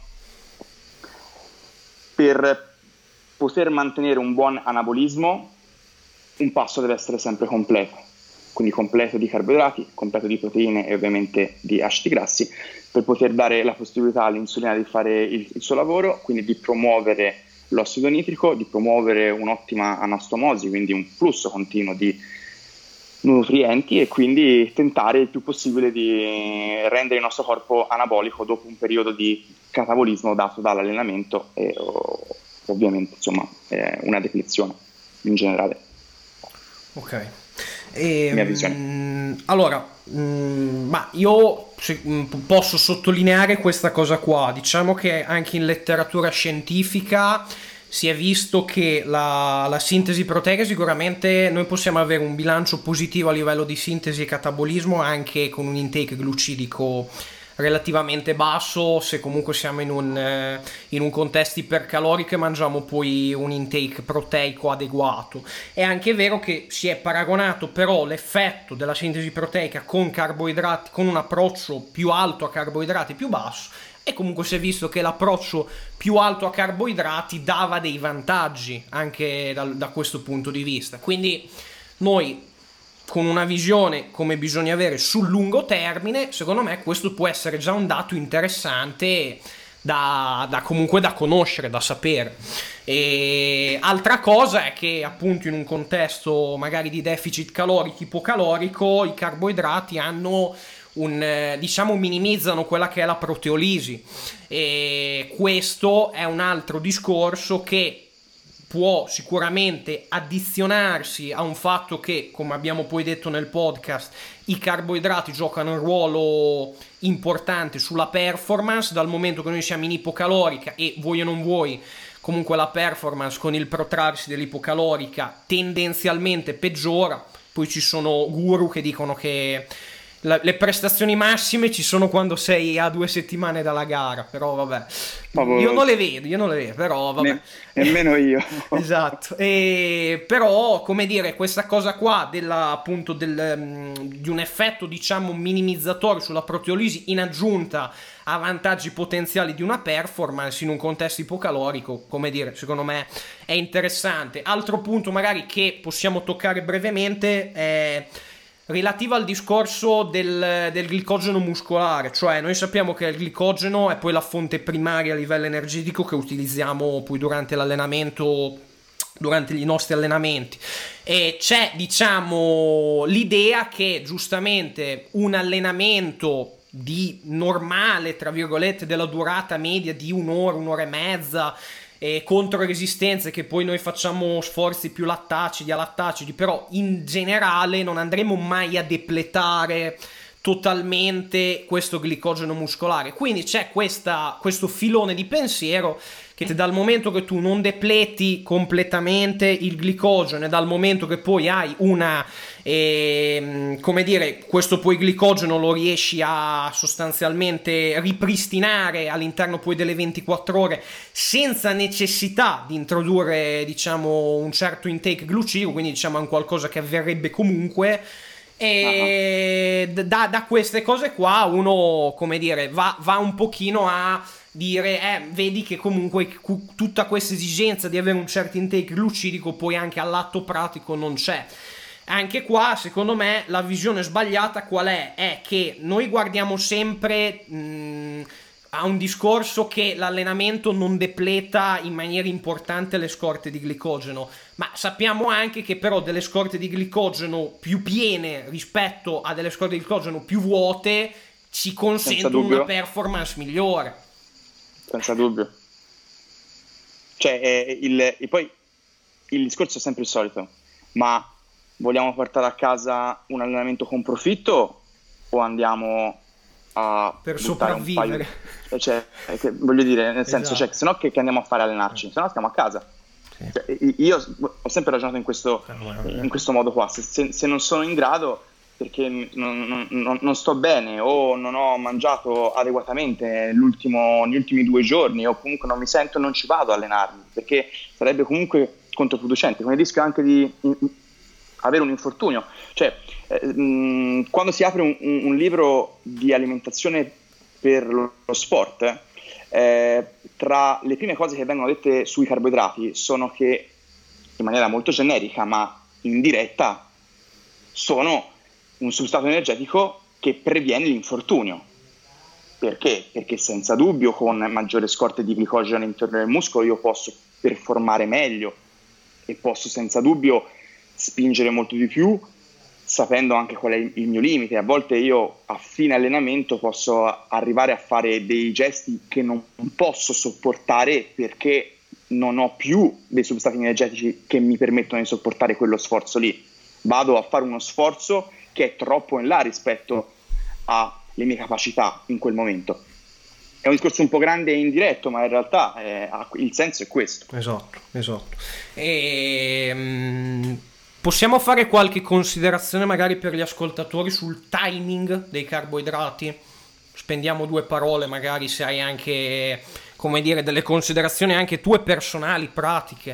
per poter mantenere un buon anabolismo un pasto deve essere sempre completo, quindi completo di carboidrati, completo di proteine e ovviamente di acidi grassi, per poter dare la possibilità all'insulina di fare il, il suo lavoro, quindi di promuovere l'ossido nitrico, di promuovere un'ottima anastomosi, quindi un flusso continuo di nutrienti, e quindi tentare il più possibile di rendere il nostro corpo anabolico dopo un periodo di catabolismo dato dall'allenamento e ovviamente insomma eh, una deplezione in generale. Ok. E, mia visione. Mh, allora, mh, ma io se, mh, posso sottolineare questa cosa qua. Diciamo che anche in letteratura scientifica si è visto che la, la sintesi proteica, sicuramente noi possiamo avere un bilancio positivo a livello di sintesi e catabolismo anche con un intake glucidico relativamente basso, se comunque siamo in un, eh, in un contesto ipercalorico e mangiamo poi un intake proteico adeguato. È anche vero che si è paragonato però l'effetto della sintesi proteica con carboidrati, con un approccio più alto a carboidrati più basso, e comunque si è visto che l'approccio più alto a carboidrati dava dei vantaggi anche da, da questo punto di vista. Quindi noi, con una visione come bisogna avere sul lungo termine, secondo me questo può essere già un dato interessante da, da comunque da conoscere, da sapere. E altra cosa è che appunto in un contesto magari di deficit calorico ipocalorico i carboidrati hanno un, diciamo, minimizzano quella che è la proteolisi, e questo è un altro discorso che può sicuramente addizionarsi a un fatto che, come abbiamo poi detto nel podcast, i carboidrati giocano un ruolo importante sulla performance, dal momento che noi siamo in ipocalorica e vuoi o non vuoi comunque la performance con il protrarsi dell'ipocalorica tendenzialmente peggiora. Poi ci sono guru che dicono che La, le prestazioni massime ci sono quando sei a due settimane dalla gara, però vabbè, Proprio... io non le vedo, io non le vedo, però vabbè. Ne, nemmeno io. Esatto, e però come dire, questa cosa qua della, appunto del, um, di un effetto diciamo minimizzatorio sulla proteolisi in aggiunta a vantaggi potenziali di una performance in un contesto ipocalorico, come dire, secondo me è interessante. Altro punto magari che possiamo toccare brevemente è relativa al discorso del, del glicogeno muscolare, cioè noi sappiamo che il glicogeno è poi la fonte primaria a livello energetico che utilizziamo poi durante l'allenamento, durante i nostri allenamenti, e c'è diciamo l'idea che giustamente un allenamento di normale, tra virgolette, della durata media di un'ora, un'ora e mezza, e contro resistenze che poi noi facciamo sforzi più lattacidi, alattacidi, però in generale non andremo mai a depletare totalmente questo glicogeno muscolare. Quindi c'è questa, questo filone di pensiero che dal momento che tu non depleti completamente il glicogeno e dal momento che poi hai una eh, come dire, questo poi glicogeno lo riesci a sostanzialmente ripristinare all'interno poi delle ventiquattro ore senza necessità di introdurre diciamo un certo intake glucidico, quindi diciamo è un qualcosa che avverrebbe comunque. E uh-huh. da, da queste cose qua uno come dire va, va un pochino a dire eh, vedi che comunque cu- tutta questa esigenza di avere un certo intake glucidico poi anche all'atto pratico non c'è. Anche qua secondo me la visione sbagliata qual è? È che noi guardiamo sempre mh, a un discorso che l'allenamento non depleta in maniera importante le scorte di glicogeno, ma sappiamo anche che però delle scorte di glicogeno più piene rispetto a delle scorte di glicogeno più vuote ci consentono una performance migliore. Senza dubbio. Cioè, eh, il, e poi il discorso è sempre il solito, ma vogliamo portare a casa un allenamento con profitto o andiamo a per sopravvivere? Paio, cioè, che, voglio dire, nel senso, esatto. Cioè, se no che, che andiamo a fare a allenarci? Se no stiamo a casa. Sì. Cioè, io ho sempre ragionato in questo, in questo modo qua. Se, se, se non sono in grado perché non, non, non sto bene o non ho mangiato adeguatamente l'ultimo, gli ultimi due giorni o comunque non mi sento, non ci vado a allenarmi perché sarebbe comunque controproducente, con il rischio anche di in, avere un infortunio. Cioè, eh, mh, quando si apre un, un, un libro di alimentazione per lo, lo sport, eh, tra le prime cose che vengono dette sui carboidrati sono che, in maniera molto generica ma indiretta, sono un substrato energetico che previene l'infortunio. Perché? Perché senza dubbio con maggiore scorte di glicogeno all'interno del muscolo io posso performare meglio e posso senza dubbio spingere molto di più, sapendo anche qual è il mio limite. A volte io a fine allenamento posso arrivare a fare dei gesti che non posso sopportare perché non ho più dei substrati energetici che mi permettono di sopportare quello sforzo lì. Vado a fare uno sforzo che è troppo in là rispetto alle mie capacità in quel momento. È un discorso un po' grande e indiretto, ma in realtà eh, il senso è questo. Esatto, esatto. E, um, possiamo fare qualche considerazione magari per gli ascoltatori sul timing dei carboidrati? Spendiamo due parole, magari se hai anche, come dire, delle considerazioni anche tue personali, pratiche.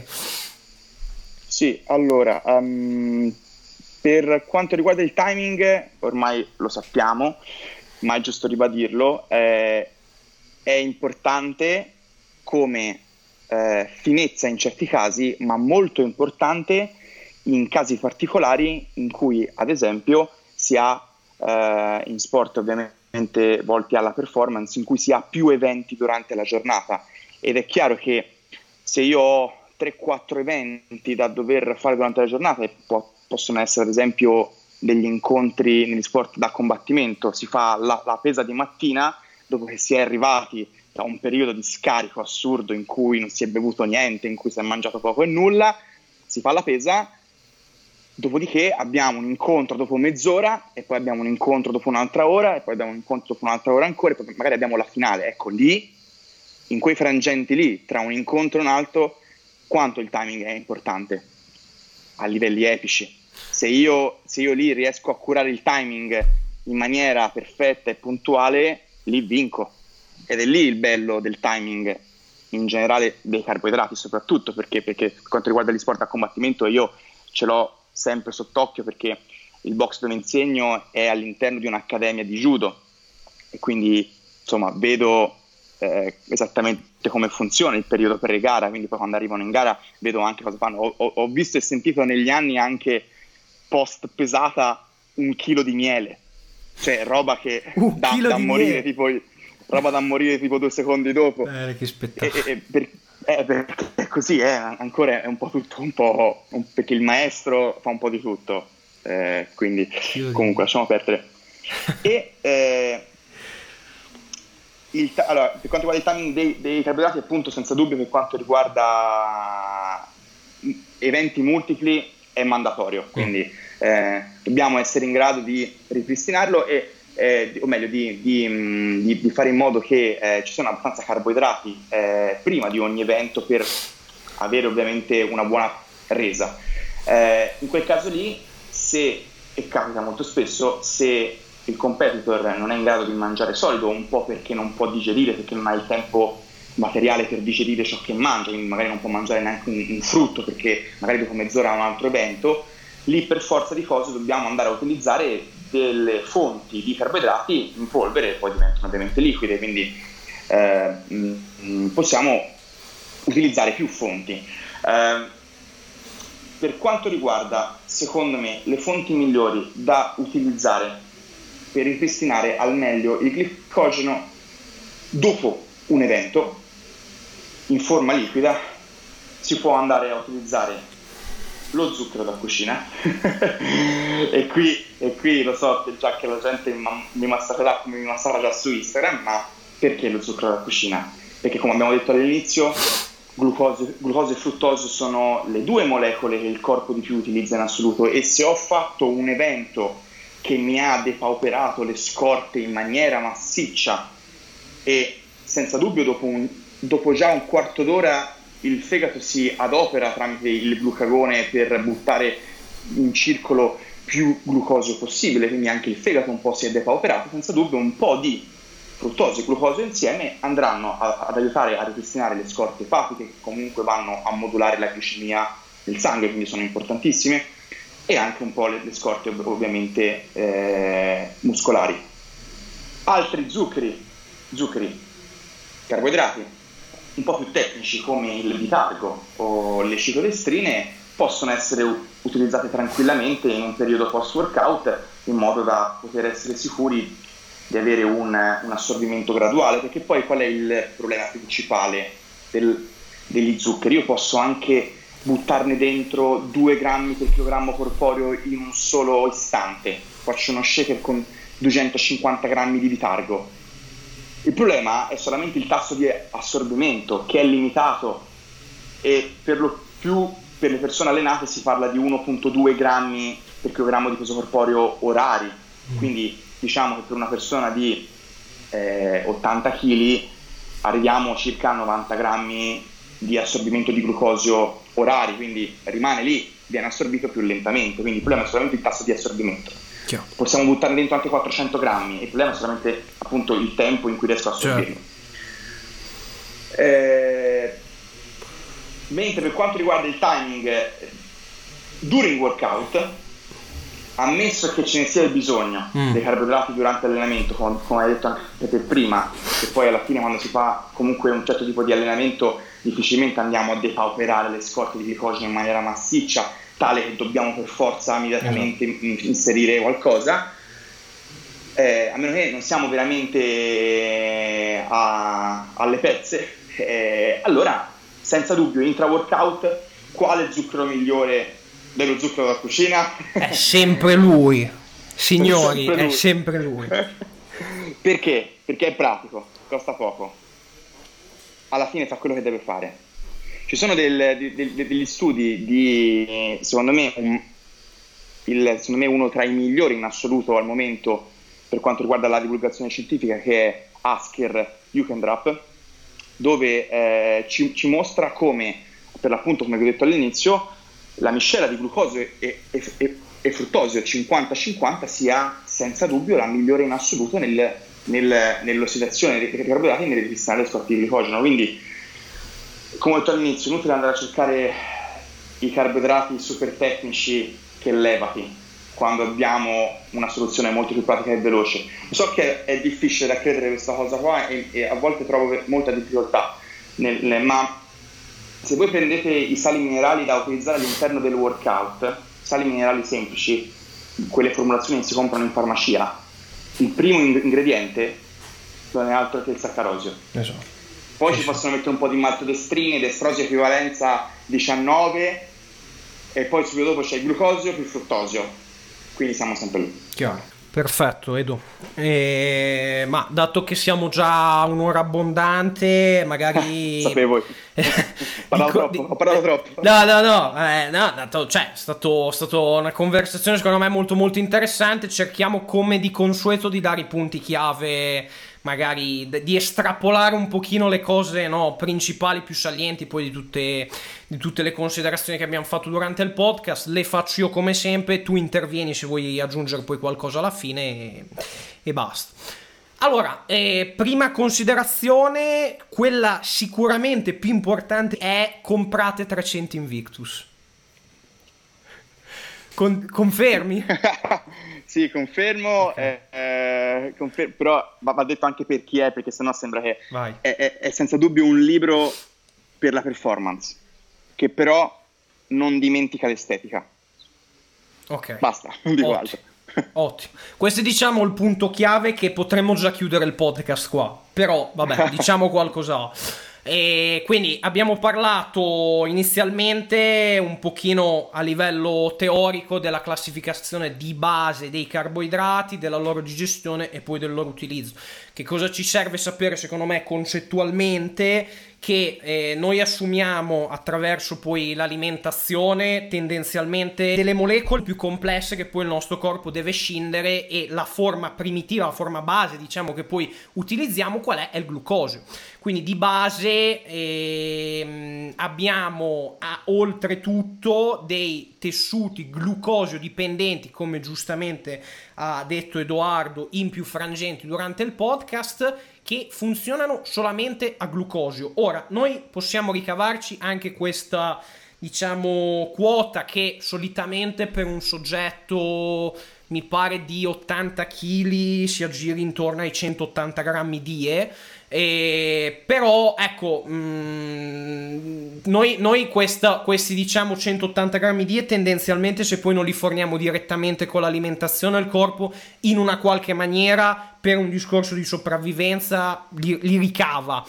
Sì, allora... Um... Per quanto riguarda il timing, ormai lo sappiamo, ma è giusto ribadirlo, eh, è importante come eh, finezza in certi casi, ma molto importante in casi particolari in cui, ad esempio, si ha eh, in sport ovviamente volti alla performance, in cui si ha più eventi durante la giornata. Ed è chiaro che se io ho tre quattro eventi da dover fare durante la giornata e può possono essere ad esempio degli incontri negli sport da combattimento, si fa la, la pesa di mattina dopo che si è arrivati da un periodo di scarico assurdo in cui non si è bevuto niente, in cui si è mangiato poco e nulla, si fa la pesa, dopodiché abbiamo un incontro dopo mezz'ora e poi abbiamo un incontro dopo un'altra ora e poi abbiamo un incontro dopo un'altra ora ancora e poi magari abbiamo la finale. Ecco, lì, in quei frangenti lì, tra un incontro e un altro, quanto il timing è importante a livelli epici. Se io, se io lì riesco a curare il timing in maniera perfetta e puntuale, lì vinco. Ed è lì il bello del timing in generale dei carboidrati, soprattutto perché, perché per quanto riguarda gli sport a combattimento io ce l'ho sempre sott'occhio, perché il box dove insegno è all'interno di un'accademia di judo e quindi insomma vedo eh, esattamente come funziona il periodo per le gare, quindi poi quando arrivano in gara vedo anche cosa fanno. Ho, ho, ho visto e sentito negli anni anche post pesata un chilo di miele, cioè roba che un da, chilo da di morire miele. tipo roba da morire tipo due secondi dopo. Eh, che spettacolo. E, e, per, eh, perché è così, eh, ancora è un po' tutto un po' un, perché il maestro fa un po' di tutto, eh, quindi comunque lasciamo perdere. E eh, il, allora, per quanto riguarda il timing dei, dei carboidrati, appunto, senza dubbio, per quanto riguarda eventi multipli è mandatorio, quindi eh, dobbiamo essere in grado di ripristinarlo e Eh, o meglio di, di, di, di fare in modo che eh, ci siano abbastanza carboidrati eh, prima di ogni evento per avere ovviamente una buona resa. Eh, in quel caso lì, se, e capita molto spesso, se il competitor non è in grado di mangiare solido, un po' perché non può digerire, perché non ha il tempo materiale per digerire ciò che mangia, quindi magari non può mangiare neanche un, un frutto perché magari dopo mezz'ora ha un altro evento, lì per forza di cose dobbiamo andare a utilizzare delle fonti di carboidrati in polvere e poi diventano ovviamente liquide, quindi eh, mh, possiamo utilizzare più fonti. Eh, per quanto riguarda, secondo me, le fonti migliori da utilizzare per ripristinare al meglio il glicogeno dopo un evento in forma liquida, si può andare a utilizzare lo zucchero da cucina e, qui, e qui lo so che già che la gente mi massacrerà come mi massacra già su Instagram, ma perché lo zucchero da cucina? Perché, come abbiamo detto all'inizio, glucosio, glucosio e fruttosio sono le due molecole che il corpo di più utilizza in assoluto, e se ho fatto un evento che mi ha depauperato le scorte in maniera massiccia e senza dubbio dopo, un, dopo già un quarto d'ora il fegato si adopera tramite il glucagone per buttare in circolo più glucosio possibile, quindi anche il fegato un po' si è depauperato, senza dubbio un po' di fruttosio e glucosio insieme andranno a, ad aiutare a ripristinare le scorte epatiche, che comunque vanno a modulare la glicemia del sangue, quindi sono importantissime, e anche un po' le, le scorte ovviamente eh, muscolari. Altri zuccheri, zuccheri, carboidrati un po' più tecnici come il bitargo o le citodestrine possono essere u- utilizzate tranquillamente in un periodo post-workout, in modo da poter essere sicuri di avere un, un assorbimento graduale, perché poi qual è il problema principale del, degli zuccheri? Io posso anche buttarne dentro due grammi per chilogrammo corporeo in un solo istante, faccio uno shaker con duecentocinquanta grammi di bitargo. Il problema è solamente il tasso di assorbimento, che è limitato, e per lo più per le persone allenate si parla di uno virgola due grammi per chilogrammo di peso corporeo orari, quindi diciamo che per una persona di eh, ottanta chili arriviamo circa a novanta grammi di assorbimento di glucosio orari, quindi rimane lì, viene assorbito più lentamente, quindi il problema è solamente il tasso di assorbimento. Chiaro. Possiamo buttare dentro anche quattrocento grammi, il problema è solamente appunto il tempo in cui riesco a assorbirlo. Certo. Eh, mentre per quanto riguarda il timing during workout, ammesso che ce ne sia il bisogno mm. dei carboidrati durante l'allenamento, come, come hai detto anche te prima, che poi alla fine quando si fa comunque un certo tipo di allenamento difficilmente andiamo a depauperare le scorte di glicogeno in maniera massiccia, tale che dobbiamo per forza immediatamente esatto. inserire qualcosa, eh, a meno che non siamo veramente a, alle pezze, eh, allora senza dubbio intra-workout quale zucchero migliore dello zucchero da cucina? È sempre lui, signori, è sempre lui. È sempre lui. Perché? Perché è pratico, costa poco, alla fine fa quello che deve fare. Ci sono del, de, de, degli studi di, secondo me, un, il, secondo me uno tra i migliori in assoluto al momento per quanto riguarda la divulgazione scientifica, che è Asker Jukendrap, dove eh, ci, ci mostra come, per l'appunto, come vi ho detto all'inizio, la miscela di glucosio e, e, e, e fruttosio cinquanta cinquanta sia senza dubbio la migliore in assoluto nel, nel, nell'ossidazione dei carboidrati e nel ripristinare le scorte di glicogeno. Quindi, come ho detto all'inizio, è inutile andare a cercare i carboidrati super tecnici che levati quando abbiamo una soluzione molto più pratica e veloce. So che è difficile da credere questa cosa qua e, e a volte trovo molta difficoltà, nel, nel, ma se voi prendete i sali minerali da utilizzare all'interno del workout, sali minerali semplici, quelle formulazioni che si comprano in farmacia, il primo ingrediente non è altro che il saccarosio. Esatto. Poi ci possono mettere un po' di maltodestrini, destrosio equivalenza diciannove e poi subito dopo c'è il glucosio più fruttosio. Quindi siamo sempre lì. Chiaro. Perfetto, Edo. E... ma dato che siamo già un'ora abbondante, magari... Sapevo. Parlavo Dico, troppo, ho parlato troppo. No, no, no, eh, no, no cioè, è stato, stato una conversazione secondo me molto molto interessante. Cerchiamo come di consueto di dare i punti chiave, magari di estrapolare un pochino le cose, no, principali, più salienti poi di tutte, di tutte le considerazioni che abbiamo fatto durante il podcast. Le faccio io come sempre, tu intervieni se vuoi aggiungere poi qualcosa alla fine e, e basta. Allora, eh, prima considerazione, quella sicuramente più importante è: comprate trecento Invictus. Con, confermi? Sì, confermo, Okay. eh, eh, confer- però va, va detto anche per chi è, perché sennò sembra che Vai. è, è, è senza dubbio un libro per la performance, che però non dimentica l'estetica. Ok. Basta, non dico Ottimo. altro. Ottimo. Questo è, diciamo, il punto chiave, che potremmo già chiudere il podcast qua. Però, vabbè, diciamo qualcosa. E quindi abbiamo parlato inizialmente un pochino a livello teorico della classificazione di base dei carboidrati, della loro digestione e poi del loro utilizzo. Che cosa ci serve sapere, secondo me, concettualmente? Che eh, noi assumiamo attraverso poi l'alimentazione tendenzialmente delle molecole più complesse che poi il nostro corpo deve scindere, e la forma primitiva, la forma base, diciamo, che poi utilizziamo qual è? È il glucosio. Quindi di base ehm, abbiamo a, oltretutto dei tessuti glucosio dipendenti, come giustamente ha detto Edoardo in più frangenti durante il podcast, che funzionano solamente a glucosio. Ora, noi possiamo ricavarci anche questa, diciamo, quota che solitamente per un soggetto, mi pare, di ottanta chili si aggiri intorno ai centottanta grammi di E. E però ecco, mh, noi, noi questa, questi diciamo centottanta grammi di E tendenzialmente, se poi non li forniamo direttamente con l'alimentazione al corpo, in una qualche maniera, per un discorso di sopravvivenza, li, li ricava.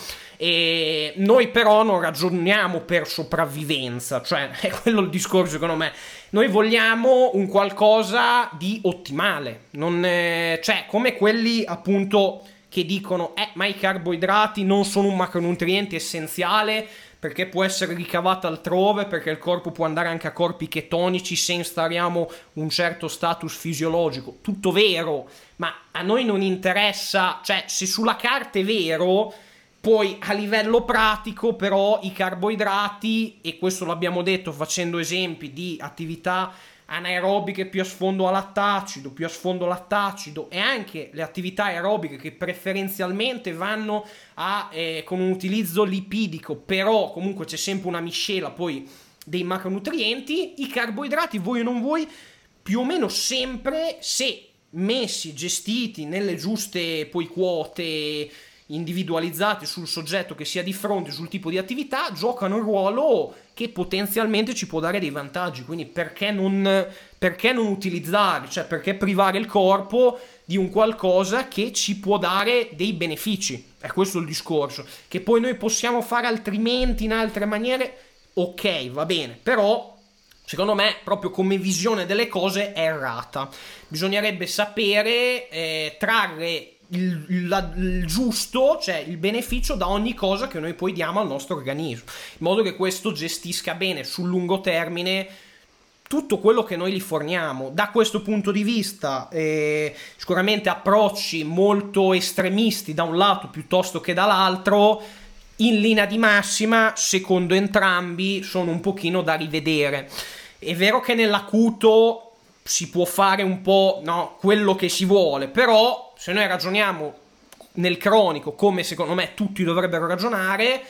E noi però non ragioniamo per sopravvivenza, cioè è quello il discorso, secondo me. Noi vogliamo un qualcosa di ottimale, non è, cioè come quelli appunto che dicono eh ma i carboidrati non sono un macronutriente essenziale perché può essere ricavato altrove, perché il corpo può andare anche a corpi chetonici se instauriamo un certo status fisiologico. Tutto vero, ma a noi non interessa, cioè se sulla carta è vero, poi a livello pratico però i carboidrati, e questo l'abbiamo detto facendo esempi di attività anaerobiche più a sfondo a lattacido, più a sfondo lattacido, e anche le attività aerobiche che preferenzialmente vanno a eh, con un utilizzo lipidico, però comunque c'è sempre una miscela poi dei macronutrienti. I carboidrati, voi o non voi, più o meno sempre, se messi, gestiti nelle giuste poi quote individualizzate sul soggetto che sia di fronte, sul tipo di attività, giocano un ruolo che potenzialmente ci può dare dei vantaggi. Quindi perché non, perché non utilizzare, cioè perché privare il corpo di un qualcosa che ci può dare dei benefici? È questo il discorso. Che poi noi possiamo fare altrimenti in altre maniere, ok, va bene, però secondo me proprio come visione delle cose è errata. Bisognerebbe sapere eh, trarre Il, il, il giusto, cioè il beneficio da ogni cosa che noi poi diamo al nostro organismo, in modo che questo gestisca bene sul lungo termine tutto quello che noi gli forniamo. Da questo punto di vista eh, sicuramente approcci molto estremisti da un lato piuttosto che dall'altro, in linea di massima secondo entrambi sono un pochino da rivedere. È vero che nell'acuto si può fare un po', no, quello che si vuole, però se noi ragioniamo nel cronico come secondo me tutti dovrebbero ragionare,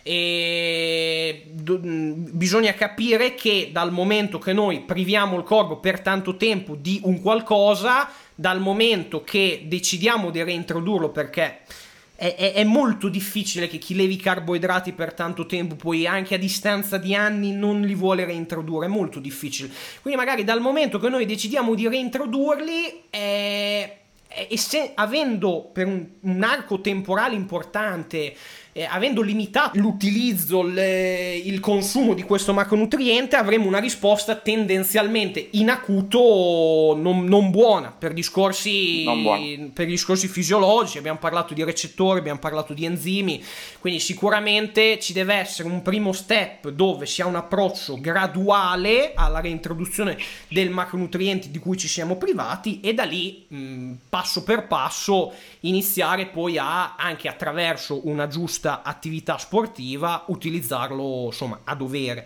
e do, bisogna capire che dal momento che noi priviamo il corpo per tanto tempo di un qualcosa, dal momento che decidiamo di reintrodurlo, perché è, è, è molto difficile che chi levi carboidrati per tanto tempo poi anche a distanza di anni non li vuole reintrodurre, è molto difficile. Quindi magari dal momento che noi decidiamo di reintrodurli, è, è, se, avendo per un, un arco temporale importante, Eh, avendo limitato l'utilizzo, le, il consumo di questo macronutriente, avremo una risposta tendenzialmente in acuto non, non buona per discorsi, non buona. per discorsi fisiologici. Abbiamo parlato di recettori, abbiamo parlato di enzimi, quindi sicuramente ci deve essere un primo step dove si ha un approccio graduale alla reintroduzione del macronutrienti di cui ci siamo privati, e da lì mh, passo per passo iniziare poi a, anche attraverso una giusta attività sportiva, utilizzarlo insomma a dovere.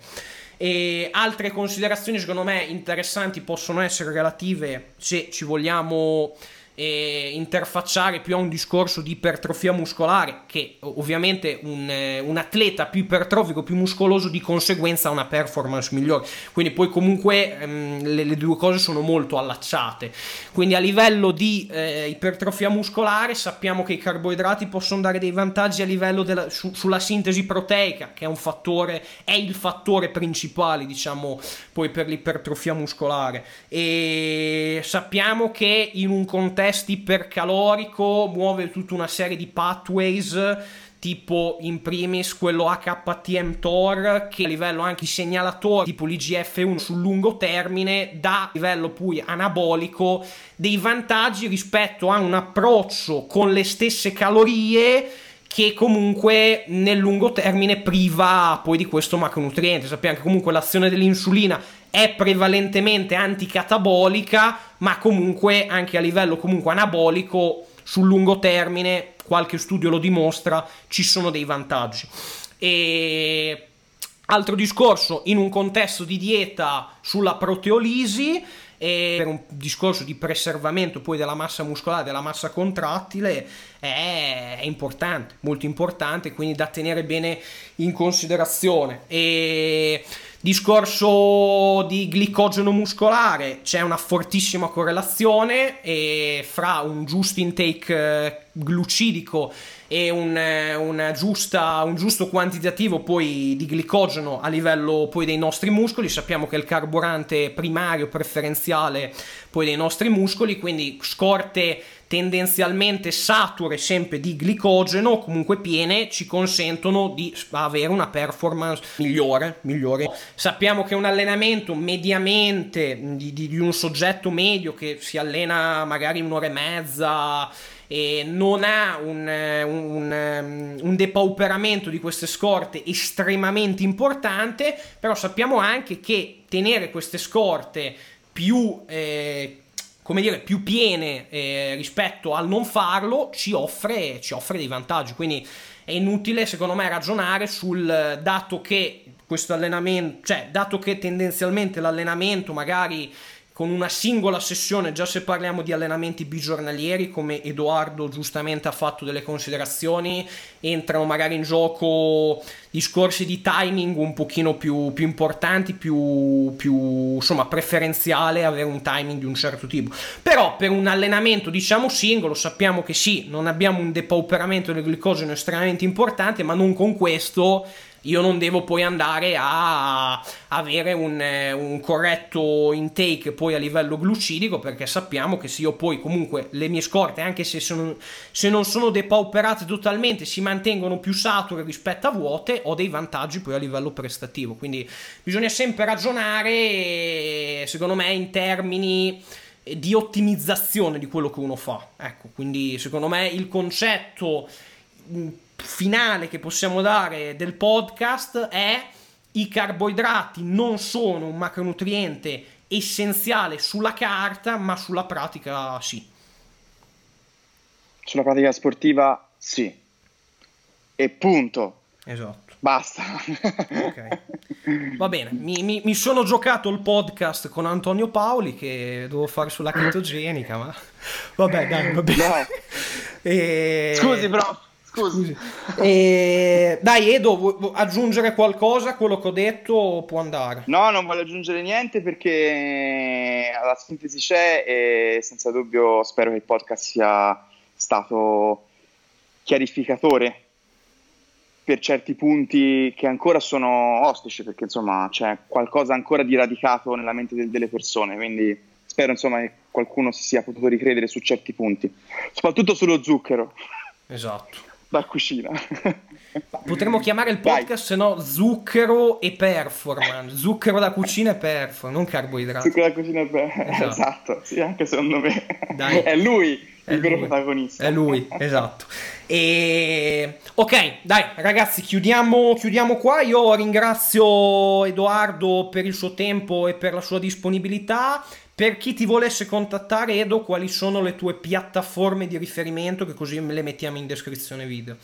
E altre considerazioni secondo me interessanti possono essere relative, se ci vogliamo eh, interfacciare più a un discorso di ipertrofia muscolare, che ovviamente un, eh, un atleta più ipertrofico, più muscoloso, di conseguenza ha una performance migliore, quindi poi comunque ehm, le, le due cose sono molto allacciate. Quindi a livello di eh, ipertrofia muscolare sappiamo che i carboidrati possono dare dei vantaggi a livello della, su, sulla sintesi proteica, che è un fattore, è il fattore principale diciamo poi per l'ipertrofia muscolare, e sappiamo che in un contesto ipercalorico muove tutta una serie di pathways, tipo in primis quello H T M T O R, che a livello anche di segnalatori tipo l'I G F uno sul lungo termine dà a livello poi anabolico dei vantaggi rispetto a un approccio con le stesse calorie che comunque nel lungo termine priva poi di questo macronutriente. Sappiamo che comunque l'azione dell'insulina è prevalentemente anticatabolica, ma comunque anche a livello comunque anabolico sul lungo termine, qualche studio lo dimostra, ci sono dei vantaggi. E altro discorso in un contesto di dieta sulla proteolisi, e per un discorso di preservamento poi della massa muscolare, della massa contrattile, è, è importante, molto importante, quindi da tenere bene in considerazione. E discorso di glicogeno muscolare, c'è una fortissima correlazione e fra un giusto intake glucidico e un, una giusta, un giusto quantitativo poi di glicogeno a livello poi dei nostri muscoli. Sappiamo che è il carburante primario preferenziale poi dei nostri muscoli, quindi scorte tendenzialmente sature sempre di glicogeno, comunque piene, ci consentono di avere una performance migliore, migliore. Sappiamo che un allenamento mediamente di, di, di un soggetto medio che si allena magari un'ora e mezza e non ha un, un, un depauperamento di queste scorte estremamente importante, però sappiamo anche che tenere queste scorte più eh, come dire, più piene eh, rispetto al non farlo ci offre, ci offre dei vantaggi. Quindi è inutile secondo me ragionare sul dato che questo allenamento, cioè dato che tendenzialmente l'allenamento magari con una singola sessione, già se parliamo di allenamenti bigiornalieri, come Edoardo giustamente ha fatto delle considerazioni, entrano magari in gioco discorsi di timing un pochino più, più importanti, più, più insomma preferenziale avere un timing di un certo tipo. Però per un allenamento diciamo singolo sappiamo che sì, non abbiamo un depauperamento del glicogeno estremamente importante, ma non con questo io non devo poi andare a avere un, un corretto intake poi a livello glucidico, perché sappiamo che se io poi comunque le mie scorte, anche se, sono, se non sono depauperate totalmente, si mantengono più sature rispetto a vuote, ho dei vantaggi poi a livello prestativo. Quindi bisogna sempre ragionare secondo me in termini di ottimizzazione di quello che uno fa. Ecco, quindi secondo me il concetto finale che possiamo dare del podcast è: i carboidrati non sono un macronutriente essenziale sulla carta, ma sulla pratica sì. Sulla pratica sportiva sì. E punto. Esatto. Basta. Ok. Va bene, mi, mi, mi sono giocato il podcast con Antonio Paoli che devo fare sulla chetogenica, ma vabbè, dai, va bene. No. E... Scusi, però. Scusi. E... Dai, Edo, vuoi aggiungere qualcosa a quello che ho detto o può andare? No, non voglio aggiungere niente perché la sintesi c'è e senza dubbio spero che il podcast sia stato chiarificatore per certi punti che ancora sono ostici, perché insomma c'è qualcosa ancora di radicato nella mente de- delle persone, quindi spero insomma che qualcuno si sia potuto ricredere su certi punti, soprattutto sullo zucchero. Esatto. Da cucina. Potremmo chiamare il podcast se no zucchero e performance, zucchero da cucina e performance, non carboidrati. Zucchero da cucina e performance, esatto. esatto, sì, anche secondo me. Dai. È lui È il vero lui. protagonista. È lui, esatto. E... Ok, dai ragazzi, chiudiamo, chiudiamo qua. Io ringrazio Edoardo per il suo tempo e per la sua disponibilità. Per chi ti volesse contattare, Edo, quali sono le tue piattaforme di riferimento, che così le mettiamo in descrizione video?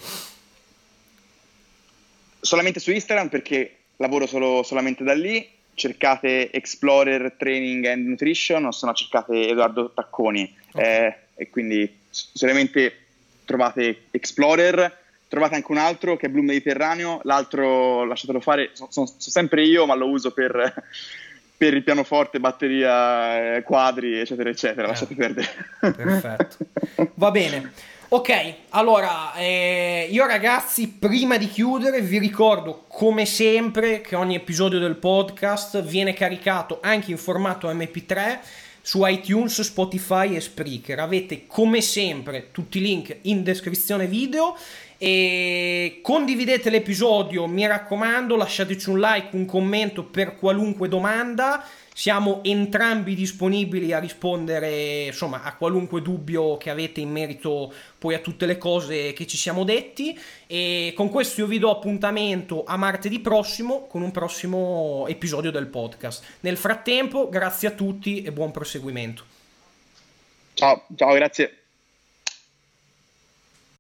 Solamente su Instagram, perché lavoro solo, solamente da lì. Cercate Explorer Training and Nutrition, o se no cercate Edoardo Tacconi. Okay. Eh, e quindi solamente trovate Explorer. Trovate anche un altro che è Bloom Mediterraneo, l'altro lasciatelo fare, sono, sono, sono sempre io, ma lo uso per... per il pianoforte, batteria, eh, quadri, eccetera, eccetera. Eh, lasciate perdere. Perfetto. Va bene. Ok, allora, eh, io ragazzi, prima di chiudere, vi ricordo come sempre che ogni episodio del podcast viene caricato anche in formato emme pi tre su iTunes, Spotify e Spreaker. Avete come sempre tutti i link in descrizione video. E condividete l'episodio, mi raccomando, lasciateci un like, un commento per qualunque domanda, siamo entrambi disponibili a rispondere insomma a qualunque dubbio che avete in merito poi a tutte le cose che ci siamo detti. E con questo io vi do appuntamento a martedì prossimo con un prossimo episodio del podcast. Nel frattempo grazie a tutti e buon proseguimento. Ciao, ciao, grazie.